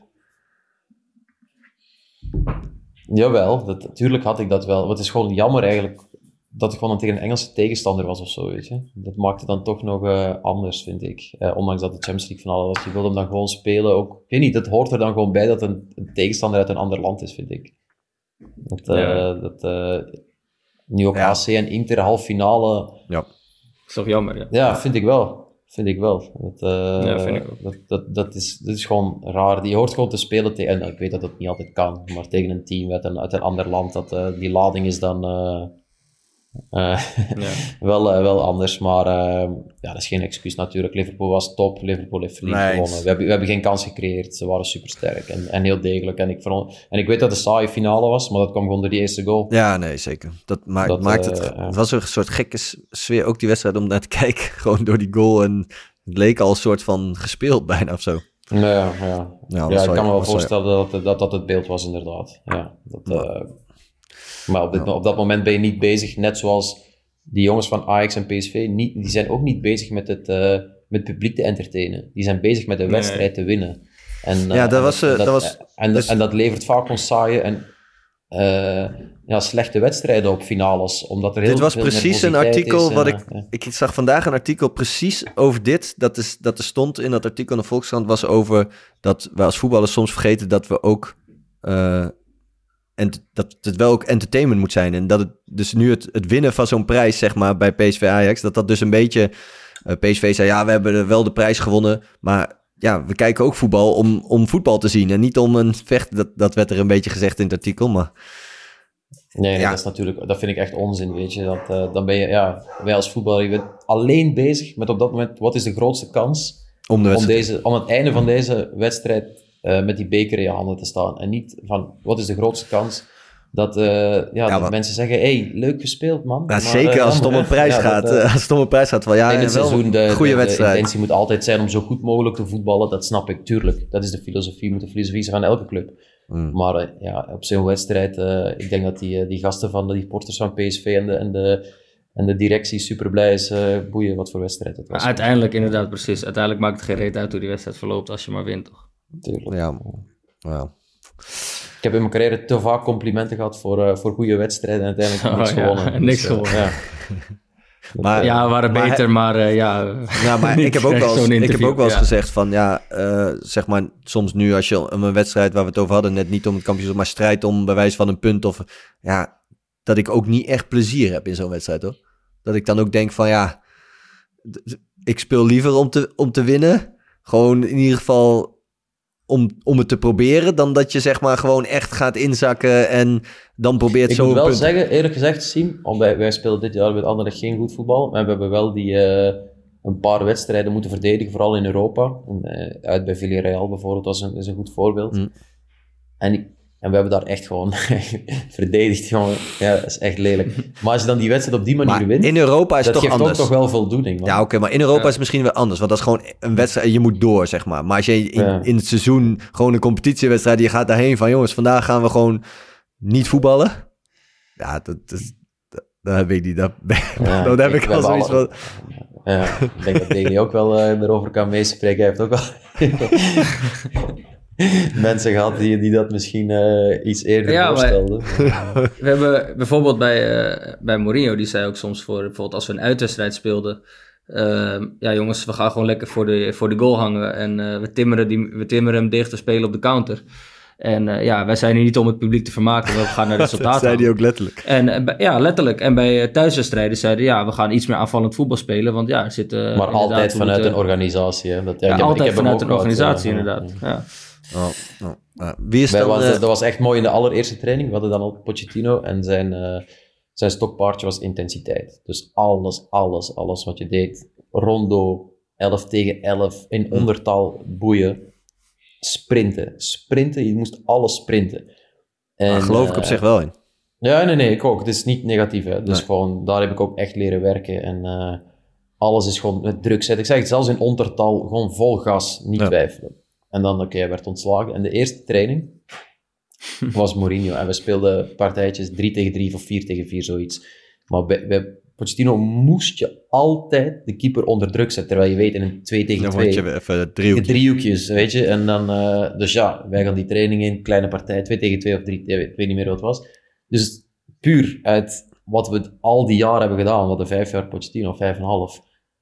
Jawel, dat, natuurlijk had ik dat wel. Het is gewoon jammer eigenlijk dat ik gewoon tegen een Engelse tegenstander was of zo, weet je. Dat maakt het dan toch nog uh, anders, vind ik. Uh, ondanks dat het Champions League finale was. Je wil hem dan gewoon spelen. Ook, ik weet niet, het hoort er dan gewoon bij dat een, een tegenstander uit een ander land is, vind ik. Dat, uh, ja. dat uh, nu ook ja. A C en Inter half finale... Ja. Dat is toch jammer, ja. Ja, vind ik wel. Vind ik wel. Dat, uh, ja, vind ik ook. Dat, dat, dat, is, dat is gewoon raar. Je hoort gewoon te spelen tegen... En ik weet dat dat niet altijd kan, maar tegen een team uit een, uit een ander land, dat, uh, die lading is dan uh, uh, ja. wel, uh, wel anders. Maar uh, ja, dat is geen excuus natuurlijk. Liverpool was top. Liverpool heeft verliefd nice. gewonnen. We hebben, we hebben geen kans gecreëerd. Ze waren supersterk en, en heel degelijk. En ik, vond, en ik weet dat het een saaie finale was, maar dat kwam gewoon door die eerste goal. Ja, nee, zeker. Dat, maakt, dat maakt het... Uh, het was een soort gekke sfeer, ook die wedstrijd, om naar te kijken. Gewoon door die goal. En het leek al een soort van gespeeld bijna of zo. Ja, ja. ja, ja ik kan me wel voorstellen dat, dat, dat dat het beeld was, inderdaad. Ja, dat... Uh, Maar op, dit, ja. op dat moment ben je niet bezig, net zoals die jongens van Ajax en P S V, niet, die zijn ook niet bezig met het, uh, met het publiek te entertainen. Die zijn bezig met de wedstrijd nee. te winnen. En, uh, ja, dat was... Uh, dat, dat was en, dus... en dat levert vaak ons saaie en uh, ja, slechte wedstrijden op finales. Omdat er heel dit was veel precies een artikel is, wat en, ik... Uh, ik zag vandaag een artikel precies over dit. Dat, is, dat er stond in dat artikel in de Volkskrant was over dat we als voetballers soms vergeten dat we ook... Uh, En dat het wel ook entertainment moet zijn. En dat het dus nu het, het winnen van zo'n prijs, zeg maar, bij P S V Ajax, dat dat dus een beetje... Uh, P S V zei, ja, we hebben wel de prijs gewonnen, maar ja, we kijken ook voetbal om, om voetbal te zien. En niet om een vecht, dat, dat werd er een beetje gezegd in het artikel, maar... Nee, nee ja. dat is natuurlijk, dat vind ik echt onzin, weet je. Dat, uh, dan ben je, ja, wij als voetballer, je bent alleen bezig met op dat moment, wat is de grootste kans om, de om, deze, om het einde van deze wedstrijd... Uh, met die beker in je handen te staan. En niet van, wat is de grootste kans dat, uh, ja, ja, dat maar... mensen zeggen, hey, leuk gespeeld, man. Ja, maar, zeker uh, als het om een prijs ja, gaat. Dat, uh, als het om een prijs gaat, van ja, in het seizoen, de, goede de, wedstrijd. De intentie moet altijd zijn om zo goed mogelijk te voetballen. Dat snap ik, tuurlijk. Dat is de filosofie, moet de filosofie zijn van elke club. Mm. Maar uh, ja, op zo'n wedstrijd, uh, ik denk dat die, uh, die gasten van de die porters van P S V en de, en de, en de directie super blij is. Uh, boeien, wat voor wedstrijd het was. Uiteindelijk, inderdaad, precies. Uiteindelijk maakt het geen reet uit hoe die wedstrijd verloopt als je maar wint, toch? Tuurlijk. Ja, Wow. Ik heb in mijn carrière te vaak complimenten gehad voor, uh, voor goede wedstrijden en uiteindelijk oh, niks ja, gewonnen. Niks dus, gewonnen. Uh, ja. Maar, ja, we waren maar beter, he- maar uh, ja... Ja, maar ik heb ook wel eens, ik heb ook wel eens ja. gezegd van, ja, uh, zeg maar, soms nu als je een wedstrijd waar we het over hadden, net niet om het kampioenschap, maar strijd om bij wijze van een punt of, ja, dat ik ook niet echt plezier heb in zo'n wedstrijd, hoor. Dat ik dan ook denk van, ja, ik speel liever om te, om te winnen. Gewoon in ieder geval... Om, om het te proberen, dan dat je zeg maar gewoon echt gaat inzakken en dan probeert ik zo... Ik moet wel punt. zeggen, eerlijk gezegd, Siem, wij, wij spelen dit jaar met Anderlecht geen goed voetbal, maar we hebben wel die uh, een paar wedstrijden moeten verdedigen, vooral in Europa. En, uh, uit bij Villarreal bijvoorbeeld, dat is een, is een goed voorbeeld. Mm. En, ik, en we hebben daar echt gewoon verdedigd, jongen. Ja, dat is echt lelijk. Maar als je dan die wedstrijd op die manier maar wint, in Europa is dat het toch geeft anders. ook toch wel voldoening. Man. Ja, oké, okay, maar in Europa ja. is het misschien weer anders. Want dat is gewoon een wedstrijd, je moet door, zeg maar. Maar als je in, ja. in het seizoen gewoon een competitiewedstrijd, je gaat daarheen van, jongens, vandaag gaan we gewoon niet voetballen. Ja, dat is... Dat heb ik niet. Dat, ja, dat heb ik, ik al zoiets alle... van... Ja, ik denk dat Deli ook wel uh, erover kan meespreken. Hij heeft ook wel... mensen gehad die, die dat misschien uh, iets eerder ja, voorstelden. We hebben bijvoorbeeld bij, uh, bij Mourinho, die zei ook soms voor, bijvoorbeeld als we een uitwedstrijd speelden, uh, ja jongens, we gaan gewoon lekker voor de, voor de goal hangen en uh, we, timmeren die, we timmeren hem dicht te spelen op de counter. En uh, ja, wij zijn hier niet om het publiek te vermaken, we gaan naar resultaten. Dat zei hij ook letterlijk. En uh, ja, letterlijk. En bij uh, thuiswedstrijden zeiden ja, we gaan iets meer aanvallend voetbal spelen, want ja, er zit... Uh, maar altijd vanuit moeten... een organisatie, hè? Dat, ja, ja, ik heb, altijd ik heb vanuit een organisatie, uh, inderdaad. Ja. Ja. Oh, oh. Uh, wie is dan... Was, uh... dat was echt mooi in de allereerste training. We hadden dan al Pochettino en zijn, uh, zijn stokpaardje was intensiteit. Dus alles, alles, alles wat je deed. Rondo, elf tegen elf, in ondertal boeien. Sprinten, sprinten, je moest alles sprinten. En, daar geloof ik uh, op zich wel in. Ja, nee, nee, ik ook. Het is niet negatief, hè. Dus nee. gewoon, daar heb ik ook echt leren werken. En uh, alles is gewoon met druk zetten. Ik zeg het, zelfs in ondertal, gewoon vol gas, niet ja. twijfelen. En dan, oké, okay, hij werd ontslagen. En de eerste training was Mourinho. En we speelden partijtjes drie tegen drie of vier tegen vier, zoiets. Maar bij, bij Pochettino moest je altijd de keeper onder druk zetten. Terwijl je weet, in een twee tegen twee... Dan word je even driehoekjes. Driehoekjes, weet je. En dan... Uh, dus ja, wij gaan die training in. Kleine partij, twee tegen twee of drie. Ik weet niet meer wat het was. Dus puur uit wat we al die jaren hebben gedaan. Wat de vijf jaar Pochettino, vijf en een half...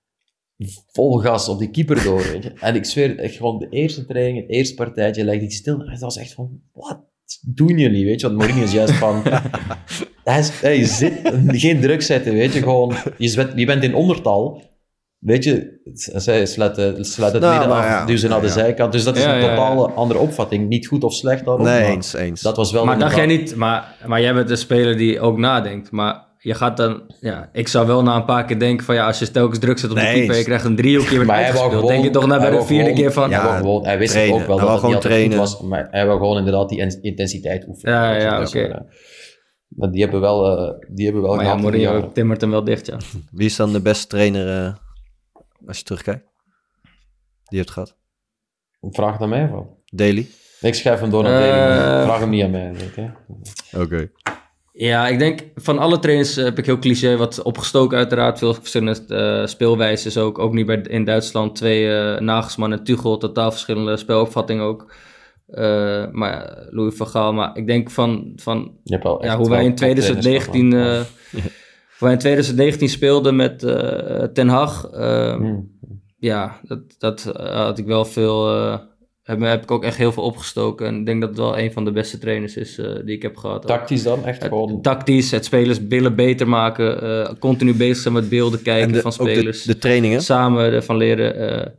vol gas op die keeper door, weet je. En ik zweer, echt gewoon de eerste training, het eerste partijtje, legde hij stil. En dat was echt van, wat doen jullie, weet je? Want Mourinho is juist van, hij is, hey, zit, geen druk zetten, weet je. Gewoon, je, je bent in ondertal, weet je. Zij sluit, sluit het nou, midden af, ja, duw ze naar de ja. zijkant. Dus dat is ja, een totale ja, ja. andere opvatting. Niet goed of slecht daarop. Nee, eens, eens. Dat was wel maar dacht jij niet, maar, maar jij bent een speler die ook nadenkt, maar... Je gaat dan, ja, ik zou wel na een paar keer denken van ja, als je telkens druk zet op nee, de keeper, je krijgt een driehoekje met uitgespeeld. Denk je toch na bij de vierde gewoon, keer van... Ja, hij, gewoon, hij wist trainen. ook wel hij dat het niet altijd goed was, maar hij wil gewoon inderdaad die intensiteit oefenen. Ja, ja, oké. Okay. Uh, die hebben wel, uh, die hebben wel maar gehad. Ja, Mourinho timmert hem wel dicht, ja. Wie is dan de beste trainer uh, als je terugkijkt? Die heeft gehad. Vraag het aan mij of Daily? Ik schrijf hem door naar uh, Daily. Vraag hem niet aan mij. Oké. Okay. Okay. Ja, ik denk van alle trainers uh, heb ik heel cliché wat opgestoken uiteraard. Veel verschillende uh, speelwijzes ook. Ook niet bij, in Duitsland. Twee uh, Nagelsman en Tuchel. Totaal verschillende spelopvattingen ook. Uh, maar Louis van Gaal. Maar ik denk van, van ja, hoe wij in twintig negentien, uh, hoe wij in twintig negentien speelden met uh, Ten Hag. Uh, hmm. Ja, dat, dat uh, had ik wel veel... Uh, Heb, heb ik ook echt heel veel opgestoken. En ik denk dat het wel een van de beste trainers is uh, die ik heb gehad. Tactisch dan? Echt gewoon... Het, tactisch, het spelers billen beter maken. Uh, continu bezig zijn met beelden kijken de, van spelers. De, de trainingen? Samen ervan leren. Uh,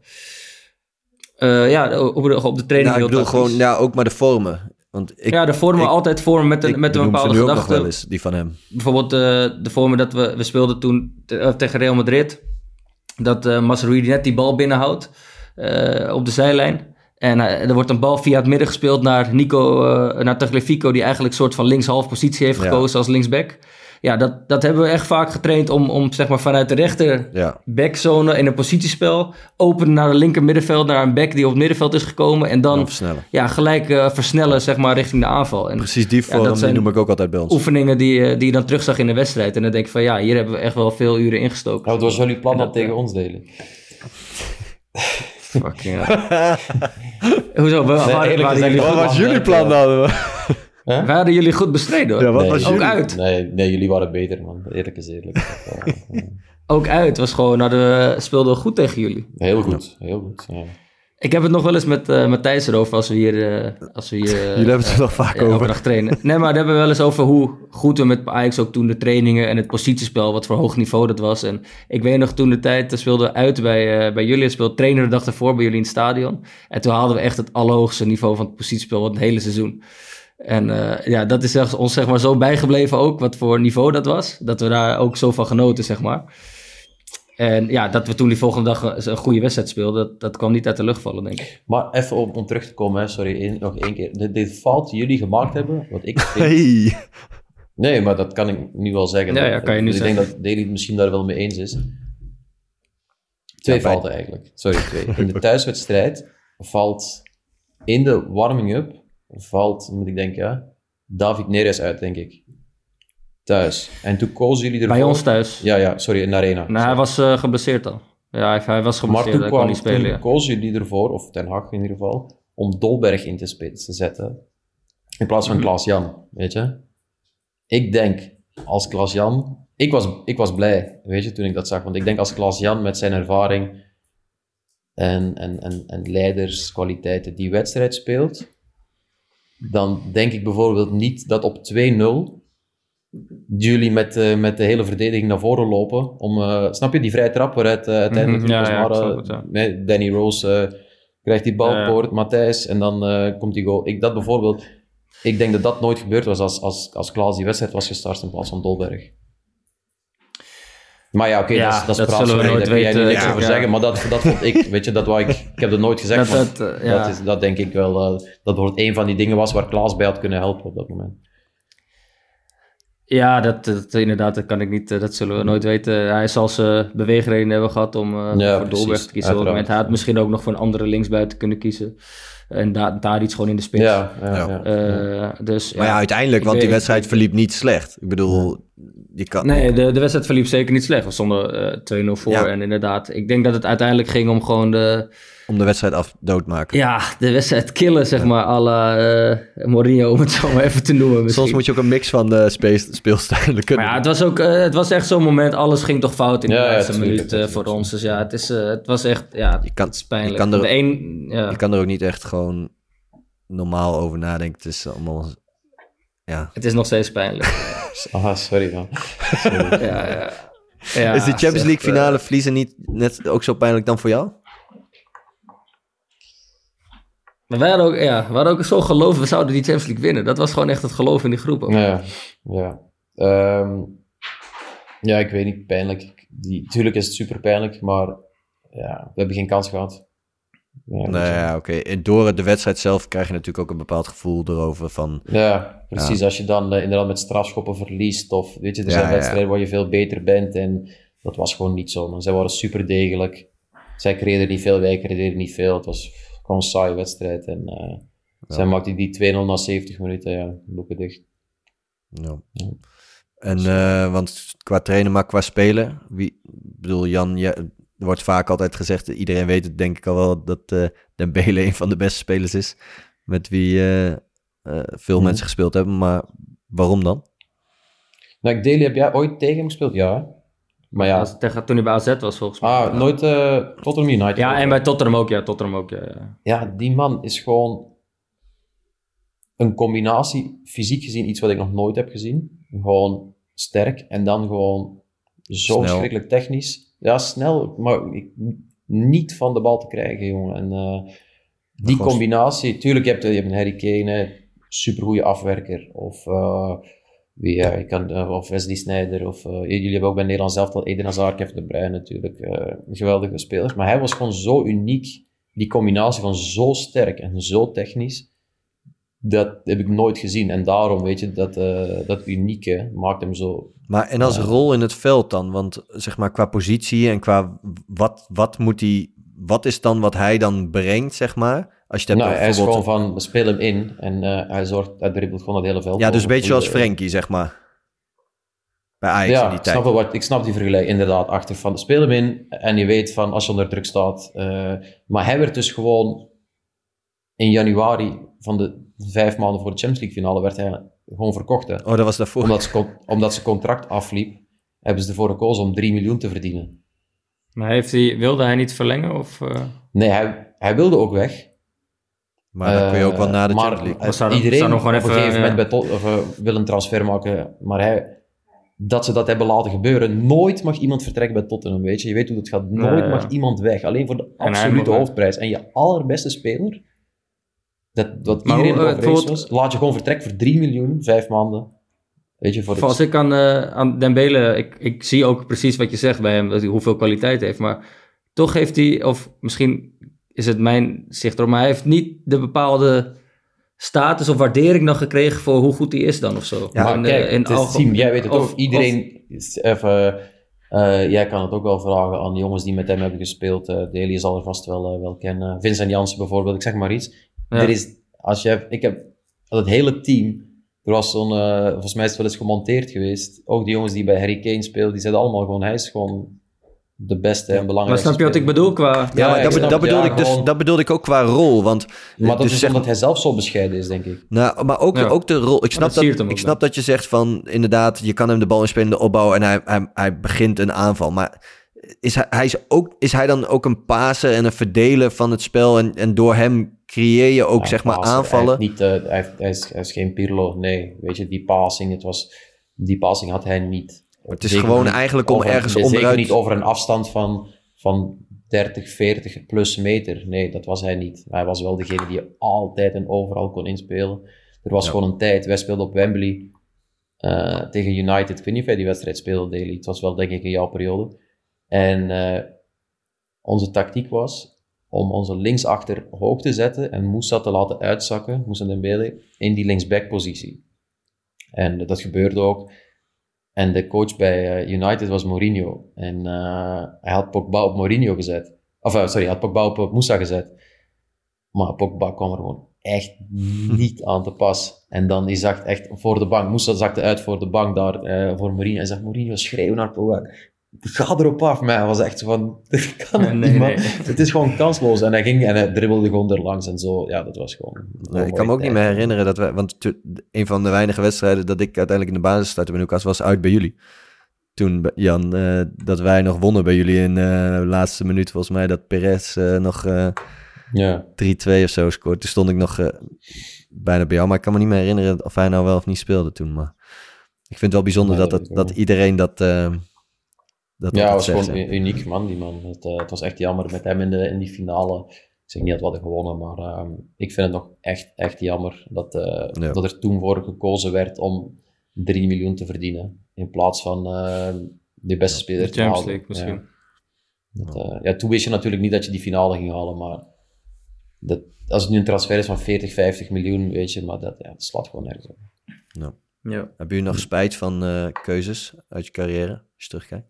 uh, ja, op de, op de training nou, ik bedoel gewoon, ja, ook maar de vormen. Want ik, ja, de vormen ik, altijd vormen met een, met een bepaalde gedachte. Nog wel eens, die van hem. Bijvoorbeeld uh, de vormen dat we... We speelden toen te, tegen Real Madrid. Dat uh, Mazraoui net die bal binnenhoudt. Uh, op de zijlijn. En uh, er wordt een bal via het midden gespeeld naar Nico, uh, naar Tagliafico, die eigenlijk een soort van linkshalf positie heeft gekozen ja. als linksback. Ja, dat, dat hebben we echt vaak getraind om, om zeg maar vanuit de rechter ja. backzone in een positiespel openen naar de linker middenveld, naar een back die op het middenveld is gekomen en dan ja, gelijk uh, versnellen zeg maar richting de aanval. En, precies die vorm, ja, die noem ik ook altijd bij ons. Oefeningen die, uh, die je dan terugzag in de wedstrijd. En dan denk ik van ja, hier hebben we echt wel veel uren ingestoken. Ja, wat was jullie plan dan tegen uh, ons delen? Fucking ja. Hoezo? We, nee, waar, waar gezegd, wat was jullie plan dan? Huh? Waren jullie goed bestreden hoor. Ja, wat nee, was ook jullie? uit. Nee, nee, jullie waren beter man. Eerlijk is eerlijk. Ook uit. Was gewoon, nou, we speelden goed tegen jullie. Heel goed, heel goed. Ja. Ik heb het nog wel eens met uh, Matthijs erover als we hier... Uh, als we hier uh, jullie hebben het er wel vaak uh, over. trainen. Nee, maar daar hebben we wel eens over hoe goed we met Ajax ook toen de trainingen en het positiespel, wat voor hoog niveau dat was. En ik weet nog toen de tijd, we speelden uit bij, uh, bij jullie. Het speelde trainer de dag ervoor bij jullie in het stadion. En toen haalden we echt het allerhoogste niveau van het positiespel van het hele seizoen. En uh, ja, dat is zelfs ons zeg maar zo bijgebleven ook, wat voor niveau dat was. Dat we daar ook zo van genoten, zeg maar. En ja, dat we toen die volgende dag een goede wedstrijd speelden, dat, dat kwam niet uit de lucht vallen, denk ik. Maar even om, om terug te komen, hè, sorry, één, nog één keer. De, de fout die jullie gemaakt hebben, wat ik vind... Hey. Nee, maar dat kan ik nu wel zeggen. Ja, ja, kan je nu ik zeggen. denk dat Daily het misschien daar wel mee eens is. Twee ja, fouten eigenlijk. Sorry, twee. In de thuiswedstrijd valt in de warming-up, valt, moet ik denken, ja, David Neres uit, denk ik. Thuis. En toen kozen jullie ervoor... Bij ons thuis? Ja, ja, sorry, in de arena. Nou, hij was uh, geblesseerd al. Ja, hij, hij was geblesseerd, maar toen, hij kwam, kon niet spelen. toen ja. kozen jullie ervoor, of Ten Hag in ieder geval, om Dolberg in te spits te zetten, in plaats van Klaas-Jan, weet je. Ik denk, als Klaas-Jan... Ik was, ik was blij, weet je, toen ik dat zag. Want ik denk als Klaas-Jan met zijn ervaring en, en, en, en leiderskwaliteiten die wedstrijd speelt, dan denk ik bijvoorbeeld niet dat op twee nul jullie met, uh, met de hele verdediging naar voren lopen. Om, uh, snap je, die vrije trap waaruit uh, uiteindelijk mm-hmm, ja, ja, maar, het, ja. nee, Danny Rose uh, krijgt die bal ja, ja. Poort, Matthijs, en dan uh, komt die goal. Ik, dat bijvoorbeeld, ik denk dat dat nooit gebeurd was als, als, als Klaas die wedstrijd was gestart in plaats van Dolberg. Maar ja, oké, okay, ja, dat, dat is praat, daar kun jij nu niks ja, over ja. zeggen, maar dat, dat vond ik, weet je, dat wou ik, ik heb dat nooit gezegd, dat, dat, uh, ja. dat, is, dat denk ik wel, uh, dat wordt een van die dingen was waar Klaas bij had kunnen helpen op dat moment. Ja, dat, dat inderdaad, dat kan ik niet, dat zullen we nooit weten. Hij zal zijn beweegredenen hebben gehad om uh, ja, voor Dolberg te kiezen. Op het moment. Hij had misschien ook nog voor een andere linksbuiten kunnen kiezen. En daar, daar iets gewoon in de spits. Ja, ja, ja. Uh, dus, maar ja, ja uiteindelijk, want weet, die wedstrijd ik, verliep niet slecht. Ik bedoel, je kan... Nee, de, de wedstrijd verliep zeker niet slecht. We stonden uh, twee nul voor. Ja. En inderdaad, ik denk dat het uiteindelijk ging om gewoon de... Om de wedstrijd af doodmaken. Ja, de wedstrijd killen, zeg ja. maar, à la uh, Mourinho, om het zo maar even te noemen. Misschien. Soms moet je ook een mix van de spe- speelstijlen kunnen. Maar ja, het was, ook, uh, het was echt zo'n moment, alles ging toch fout in de ja, laatste ja, minuut uh, voor ons. Dus ja, het, is, uh, het was echt, ja, je kan, het is pijnlijk. Je kan, er, de een, ja. je kan er ook niet echt gewoon normaal over nadenken. Het is allemaal... Ja. Het is nog steeds pijnlijk. Ah, sorry man. Sorry. ja, ja. Ja, is de Champions League finale uh, verliezen niet net ook zo pijnlijk dan voor jou? Maar wij hadden ook, ja, we hadden ook zo geloof, we zouden die Champions League winnen. Dat was gewoon echt het geloof in die groep ook. Ja, ja. Um, ja, ik weet niet, pijnlijk. Die, tuurlijk is het super pijnlijk, maar ja, we hebben geen kans gehad. Ja, nou ja, oké. Okay. Door de wedstrijd zelf krijg je natuurlijk ook een bepaald gevoel erover van... Ja, precies. Ja. Als je dan uh, inderdaad met strafschoppen verliest of weet je, er zijn ja, wedstrijden ja. waar je veel beter bent en dat was gewoon niet zo. Man. Zij waren super degelijk. Zij creëerden niet veel, wij creëerden niet veel. Het was gewoon een saaie wedstrijd en uh, ja. zij maakten die twee nul na zeventig minuten, ja, boeken dicht. Ja. Ja. En, uh, want qua trainen, maar qua spelen, wie, bedoel Jan, ja, er wordt vaak altijd gezegd, iedereen weet het denk ik al wel, dat uh, Dembele een van de beste spelers is, met wie uh, uh, veel mm. mensen gespeeld hebben, maar waarom dan? Nou, Dele, heb jij ooit tegen hem gespeeld? Ja. Maar ja. Als, tegen, toen hij bij A Z was volgens mij. Ah, ja. nooit uh, Tottenham United. Ja, en bij Tottenham ook, ja. Tottenham ook, ja, ja. Ja, die man is gewoon een combinatie, fysiek gezien, iets wat ik nog nooit heb gezien. Gewoon sterk en dan gewoon zo snel. Verschrikkelijk technisch. Ja, snel, maar ik, niet van de bal te krijgen, jongen. En uh, die combinatie, tuurlijk, je hebt, je hebt een Harry Kane, supergoeie afwerker, of... Uh, Wie, ja, je kan, uh, of Wesley Sneijder, of uh, jullie hebben ook bij Nederland zelf al Eden Hazard, Kevin De Bruyne natuurlijk, uh, geweldige spelers. Maar hij was gewoon zo uniek, die combinatie van zo sterk en zo technisch, dat heb ik nooit gezien. En daarom, weet je, dat, uh, dat unieke maakt hem zo... Maar en als uh, rol in het veld dan? Want zeg maar qua positie en qua wat, wat moet hij... Wat is dan wat hij dan brengt, zeg maar? Als je het nou, hebt hij is gewoon van, we spelen hem in en uh, hij zorgt, hij dribbelt gewoon het hele veld. Ja, dus een beetje zoals Frenkie, zeg maar. Bij Ajax ja, in die tijd. Snap wat, ik snap die vergelijking inderdaad achter van, speel hem in en je weet van, als je onder druk staat. Uh, maar hij werd dus gewoon in januari van de vijf maanden voor de Champions League finale, werd hij gewoon verkocht. Hè. Oh, dat was daarvoor. Omdat, ze, omdat zijn contract afliep, hebben ze ervoor gekozen om drie miljoen te verdienen. Maar heeft hij, wilde hij niet verlengen? Of, uh... Nee, hij, hij wilde ook weg. Maar dan kun je ook wel na de Champions League. Maar zou, iedereen zou nog op een even, gegeven moment ja. bij tot, of, uh, wil een transfer maken, maar hij, dat ze dat hebben laten gebeuren. Nooit mag iemand vertrekken bij Tottenham, weet je. Je weet hoe het gaat. Nooit ja, ja. mag iemand weg. Alleen voor de absolute hoofdprijs. En je allerbeste speler, dat, wat maar iedereen over eens was, laat je gewoon vertrekken voor drie miljoen, vijf maanden. Weet je, voor Als ik aan, uh, aan Dembele, ik, ik zie ook precies wat je zegt bij hem, dat hij hoeveel kwaliteit heeft, maar toch heeft hij, of misschien is het mijn zicht erop, maar hij heeft niet de bepaalde status of waardering nog gekregen voor hoe goed hij is dan of zo. Ja, maar kijk, in het team, jij weet het of, ook, iedereen, of, even, uh, jij kan het ook wel vragen aan jongens die met hem hebben gespeeld, uh, Dele zal er vast wel, uh, wel kennen, Vincent Janssen bijvoorbeeld, ik zeg maar iets. Ja. Er is, als je, ik heb het hele team, er was zo'n, uh, volgens mij is het wel eens gemonteerd geweest, ook die jongens die bij Harry Kane speelden, die zeiden allemaal gewoon, hij is gewoon de beste en belangrijkste. Maar snap je wat ik bedoel qua... Ja, ja maar dat, dat, bedoelde ja, ik dus, gewoon... dat bedoelde ik ook qua rol. Want, maar dat dus is zeg... omdat hij zelf zo bescheiden is, denk ik. Nou, maar ook, ja. ook de rol... Ik snap, dat, dat, ik snap dat je zegt van... Inderdaad, je kan hem de bal inspelen, de opbouw... en hij, hij, hij begint een aanval. Maar is hij, hij is, ook, is hij dan ook een paser en een verdeler van het spel... en, en door hem creëer je ook, ja, zeg maar, paser. aanvallen? Hij, niet, uh, hij, heeft, hij, is, hij is geen Pirlo, nee. Weet je, die passing, het was, die passing had hij niet... Het is zeker gewoon eigenlijk om over, ergens onderuit... Zeker niet over een afstand van, van dertig, veertig plus meter. Nee, dat was hij niet. Hij was wel degene die altijd en overal kon inspelen. Er was ja. gewoon een tijd. Wij speelden op Wembley uh, tegen United. Ik weet niet of hij die wedstrijd speelde, Daily. Het was wel, denk ik, in jouw periode. En uh, onze tactiek was om onze linksachter hoog te zetten en Moussa te laten uitzakken, Moussa Dembele, in die linksback-positie. En dat gebeurde ook. En de coach bij United was Mourinho. En uh, hij had Pogba op Mourinho gezet. Of, uh, sorry, hij had Pogba op Moussa gezet. Maar Pogba kwam er gewoon echt niet aan te pas. En dan, die zag echt voor de bank. Moussa zakte uit voor de bank daar, uh, voor Mourinho. En zegt, Mourinho, schreeuw naar Pogba. Ga erop af. Maar hij was echt zo van, dit kan nee, niet, man. Nee. Het is gewoon kansloos. En hij ging en hij dribbelde gewoon erlangs en zo. Ja, dat was gewoon... Nee, ik kan me ook tijd. niet meer herinneren dat wij... Want tu, een van de weinige wedstrijden dat ik uiteindelijk in de basis startte bij Newcastle was uit bij jullie. Toen, Jan, uh, dat wij nog wonnen bij jullie in uh, de laatste minuut. Volgens mij dat Perez uh, nog uh, ja. drie twee of zo scoort. Toen stond ik nog uh, bijna bij jou. Maar ik kan me niet meer herinneren of hij nou wel of niet speelde toen. Maar ik vind het wel bijzonder nee, dat, dat, dat iedereen dat... Uh, Dat ja, het was zegt, gewoon hè. uniek, man, die man. Het, uh, het was echt jammer met hem in, de, in die finale. Ik zeg niet dat we hadden gewonnen, maar uh, ik vind het nog echt, echt jammer dat, uh, ja. dat er toen voor gekozen werd om drie miljoen te verdienen. In plaats van uh, de beste speler de te halen. Champions League misschien. Ja. Dat, uh, ja, toen wist je natuurlijk niet dat je die finale ging halen, maar dat, als het nu een transfer is van veertig, vijftig miljoen, weet je, maar dat, ja, dat slaat gewoon nergens op. Ja. Ja. Heb je nog spijt van uh, keuzes uit je carrière, als je terugkijkt?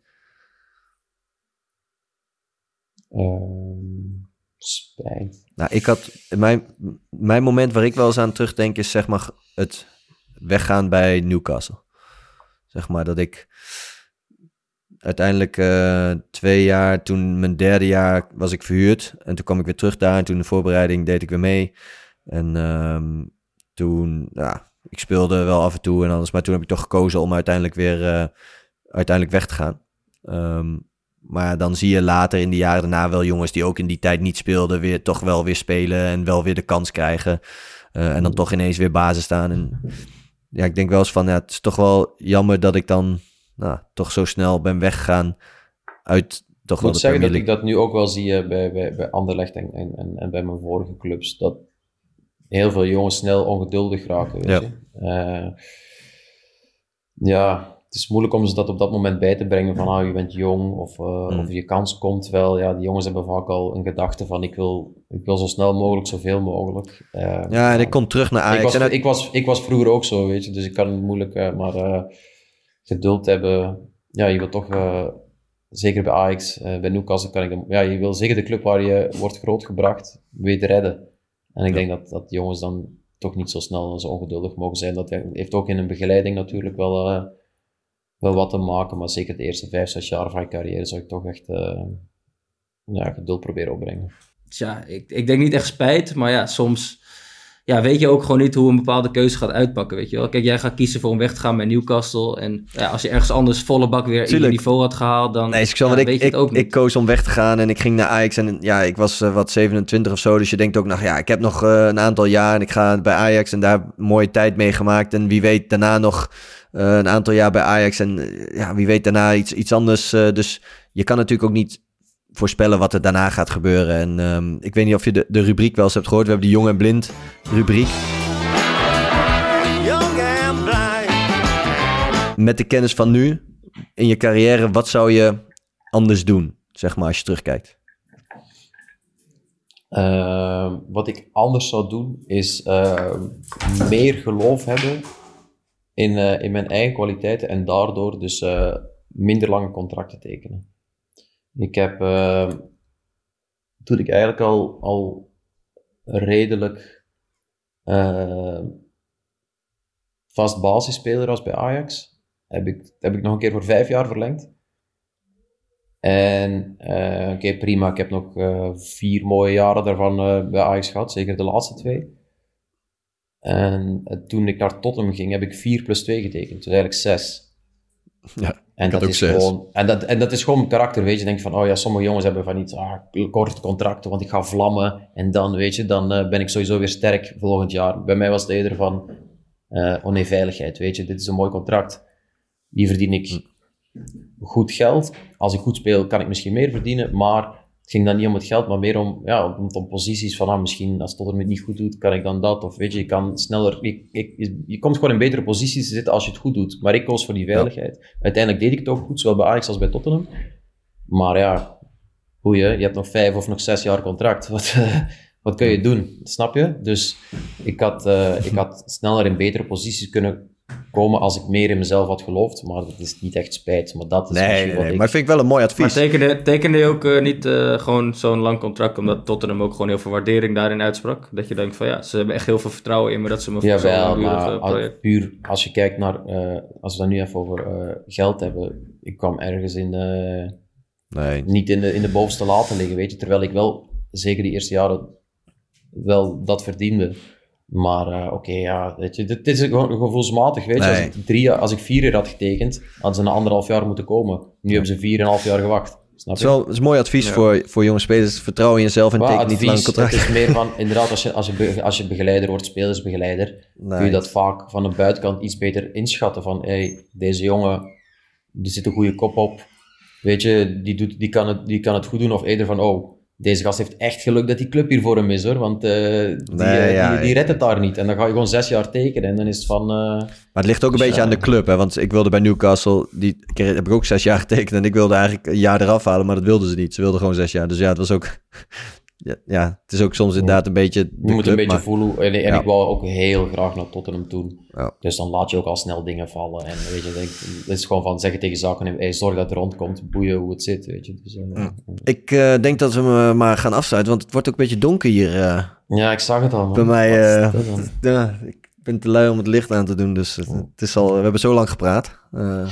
Um, spijt. Nou, ik had... Mijn, mijn moment waar ik wel eens aan terugdenk is zeg maar het weggaan bij Newcastle. Zeg maar dat ik uiteindelijk uh, twee jaar, toen mijn derde jaar was ik verhuurd. En toen kwam ik weer terug daar en toen de voorbereiding deed ik weer mee. En um, toen, ja, ik speelde wel af en toe en alles. Maar toen heb ik toch gekozen om uiteindelijk weer uh, uiteindelijk weg te gaan. Um, Maar dan zie je later in de jaren daarna wel jongens die ook in die tijd niet speelden, weer toch wel weer spelen en wel weer de kans krijgen. Uh, en dan toch ineens weer basis staan. En ja, ik denk wel eens van, ja, het is toch wel jammer dat ik dan nou, toch zo snel ben weggegaan uit toch wel de Premier League. Ik moet zeggen dat ik dat nu ook wel zie uh, bij, bij, bij Anderlecht en, en, en bij mijn vorige clubs, dat heel veel jongens snel ongeduldig raken, weet ja. je. Uh, ja... Het is moeilijk om ze dat op dat moment bij te brengen van ah, je bent jong of, uh, mm. of je kans komt wel. Ja, die jongens hebben vaak al een gedachte van ik wil, ik wil zo snel mogelijk, zoveel mogelijk. Uh, ja, en ik kom terug naar Ajax. Ik was, en dat... ik was, ik was vroeger ook zo, weet je, dus ik kan het moeilijk, uh, maar uh, geduld hebben. Ja, je wil toch, uh, zeker bij Ajax, uh, bij Newcastle kan ik hem, ja, je wil zeker de club waar je wordt grootgebracht, weten redden. En ik ja. denk dat, dat jongens dan toch niet zo snel zo ongeduldig mogen zijn. Dat heeft ook in een begeleiding natuurlijk wel... Uh, wel wat te maken, maar zeker de eerste vijf, zes jaar van je carrière zou ik toch echt uh, ja, geduld proberen opbrengen. Tja, ik, ik denk niet echt spijt, maar ja, soms ja, weet je ook gewoon niet hoe een bepaalde keuze gaat uitpakken, weet je wel. Kijk, jij gaat kiezen voor om weg te gaan bij Newcastle en ja, als je ergens anders volle bak weer in je niveau had gehaald, dan nee, ik, ja, weet ik, je het ik, ook niet. Ik koos om weg te gaan en ik ging naar Ajax en ja, ik was uh, wat zevenentwintig of zo, dus je denkt ook, nou ja, ik heb nog uh, een aantal jaar en ik ga bij Ajax en daar een mooie tijd meegemaakt en wie weet daarna nog uh, een aantal jaar bij Ajax en uh, ja, wie weet daarna iets, iets anders. Uh, dus je kan natuurlijk ook niet voorspellen wat er daarna gaat gebeuren. En um, ik weet niet of je de, de rubriek wel eens hebt gehoord. We hebben die Jong en Blind rubriek. Jong en blind. Met de kennis van nu, in je carrière, wat zou je anders doen, zeg maar, als je terugkijkt? Uh, wat ik anders zou doen, is uh, meer geloof hebben in, uh, in mijn eigen kwaliteiten en daardoor dus uh, minder lange contracten tekenen. Ik heb, uh, toen ik eigenlijk al, al redelijk uh, vast basisspeler was bij Ajax, heb ik, heb ik nog een keer voor vijf jaar verlengd. En uh, oké, okay, prima. Ik heb nog uh, vier mooie jaren daarvan uh, bij Ajax gehad. Zeker de laatste twee. En uh, toen ik naar Tottenham ging, heb ik vier plus twee getekend. Dus eigenlijk zes. Ja, en dat is gewoon en dat, en dat is gewoon mijn karakter, weet je. Je denkt van, oh ja, sommige jongens hebben van iets, ah, korte contracten, want ik ga vlammen. En dan, weet je, dan uh, ben ik sowieso weer sterk volgend jaar. Bij mij was het eerder van, uh, oh nee, veiligheid, weet je. Dit is een mooi contract. Hier verdien ik goed geld. Als ik goed speel, kan ik misschien meer verdienen, maar het ging dan niet om het geld, maar meer om, ja, om, om posities van, ah, misschien als Tottenham het niet goed doet, kan ik dan dat. Of weet je, je kan sneller, je, je, je komt gewoon in betere posities te zitten als je het goed doet. Maar ik koos voor die veiligheid. Ja. Uiteindelijk deed ik het ook goed, zowel bij Ajax als bij Tottenham. Maar ja, hoe je, je hebt nog vijf of nog zes jaar contract. Wat, uh, wat kun je doen? Snap je? Dus ik had, uh, ik had sneller in betere posities kunnen komen als ik meer in mezelf had geloofd, maar dat is niet echt spijt. Maar dat is nee, nee, wat nee ik... maar vind ik wel een mooi advies. Maar tekende, tekende je ook uh, niet uh, gewoon zo'n lang contract, omdat Tottenham ook gewoon heel veel waardering daarin uitsprak? Dat je denkt van ja, ze hebben echt heel veel vertrouwen in me dat ze me voor zo'n langdurig project... puur als je kijkt naar, uh, als we dan nu even over uh, geld hebben, ik kwam ergens in uh, nee. niet in de, in de bovenste laten liggen, weet je, terwijl ik wel, zeker die eerste jaren, wel dat verdiende. Maar uh, oké, okay, ja, weet je, dit is gewoon gevoelsmatig, weet je. Nee. Als ik, drie, als ik vier jaar had getekend, hadden ze een anderhalf jaar moeten komen. Nu hebben ze vier en een half jaar gewacht. Snap je? Het is wel het is mooi advies ja. voor, voor jonge spelers. Vertrouw in jezelf en teken niet lang contract. Het is meer van, inderdaad, als je, als je, als je begeleider wordt, spelersbegeleider, nee. kun je dat vaak van de buitenkant iets beter inschatten. Van, hey, deze jongen, die zit een goede kop op. Weet je, die, doet, die, kan het, die kan het goed doen. Of eerder van, oh... Deze gast heeft echt geluk dat die club hier voor hem is, hoor. Want uh, die, nee, ja, die, die redt het daar niet. En dan ga je gewoon zes jaar tekenen. En dan is het van... Uh, maar het ligt ook een dus, beetje uh, aan de club, hè. Want ik wilde bij Newcastle... Die heb ik ook zes jaar getekend. En ik wilde eigenlijk een jaar eraf halen. Maar dat wilden ze niet. Ze wilden gewoon zes jaar. Dus ja, het was ook... Ja, ja, het is ook soms inderdaad een beetje... Je moet club, een beetje maar... voelen. En, en ja. ik wou ook heel graag naar Tottenham toe. Ja. Dus dan laat je ook al snel dingen vallen. En weet je, denk, het is gewoon van zeggen tegen zaken... Hey, zorg dat het rondkomt. Boeien hoe het zit, weet je. Dus, uh, ja. Ik uh, denk dat we me maar gaan afsluiten. Want het wordt ook een beetje donker hier. Uh, ja, ik zag het al. Man. Bij mij... Uh, ja, ik ben te lui om het licht aan te doen. Dus het, het is al... We hebben zo lang gepraat. Uh,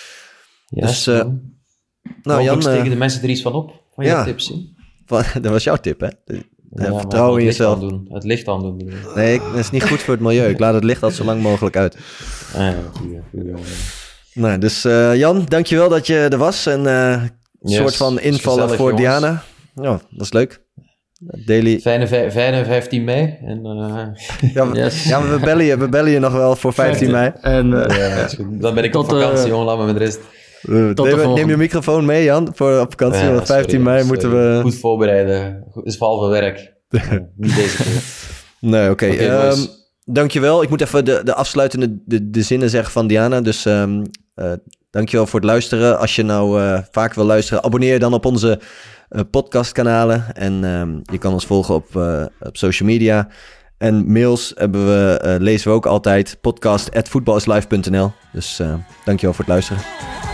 ja, dus... Uh, nou, Jan... Steken de mensen er iets van op? Van je ja. tips zien? Dat was jouw tip, hè? Ja, ja, vertrouwen in jezelf. Doen. Het licht aan doen. Nee, dat is niet goed voor het milieu. Ik laat het licht altijd zo lang mogelijk uit. Ah, ja, goeie, goeie, goeie. Nou, dus uh, Jan, dankjewel dat je er was. En uh, een yes, soort van invallen gezellig, voor jongens. Diana. Ja, dat is leuk. Daily... Fijne, fijne vijftien mei. En, uh... ja, we, yes. ja, we bellen je, we bellen je nog wel voor vijftien mei. En, uh, ja, dan ben ik tot, op vakantie, uh, jongen. Laat me met rust. Uh, neem, neem je microfoon mee, Jan, voor op vakantie. Ja, want vijftien mei sorry. moeten we... Goed voorbereiden. Het is vooral veel werk. Niet deze keer. Nee, oké. Okay. Okay, um, dankjewel. Ik moet even de, de afsluitende de, de zinnen zeggen van Diana. Dus um, uh, dankjewel voor het luisteren. Als je nou uh, vaak wil luisteren, abonneer je dan op onze uh, podcastkanalen. En um, je kan ons volgen op, uh, op social media. En mails hebben we, uh, lezen we ook altijd. podcast at voetbalislive punt n l. Dus uh, dankjewel voor het luisteren.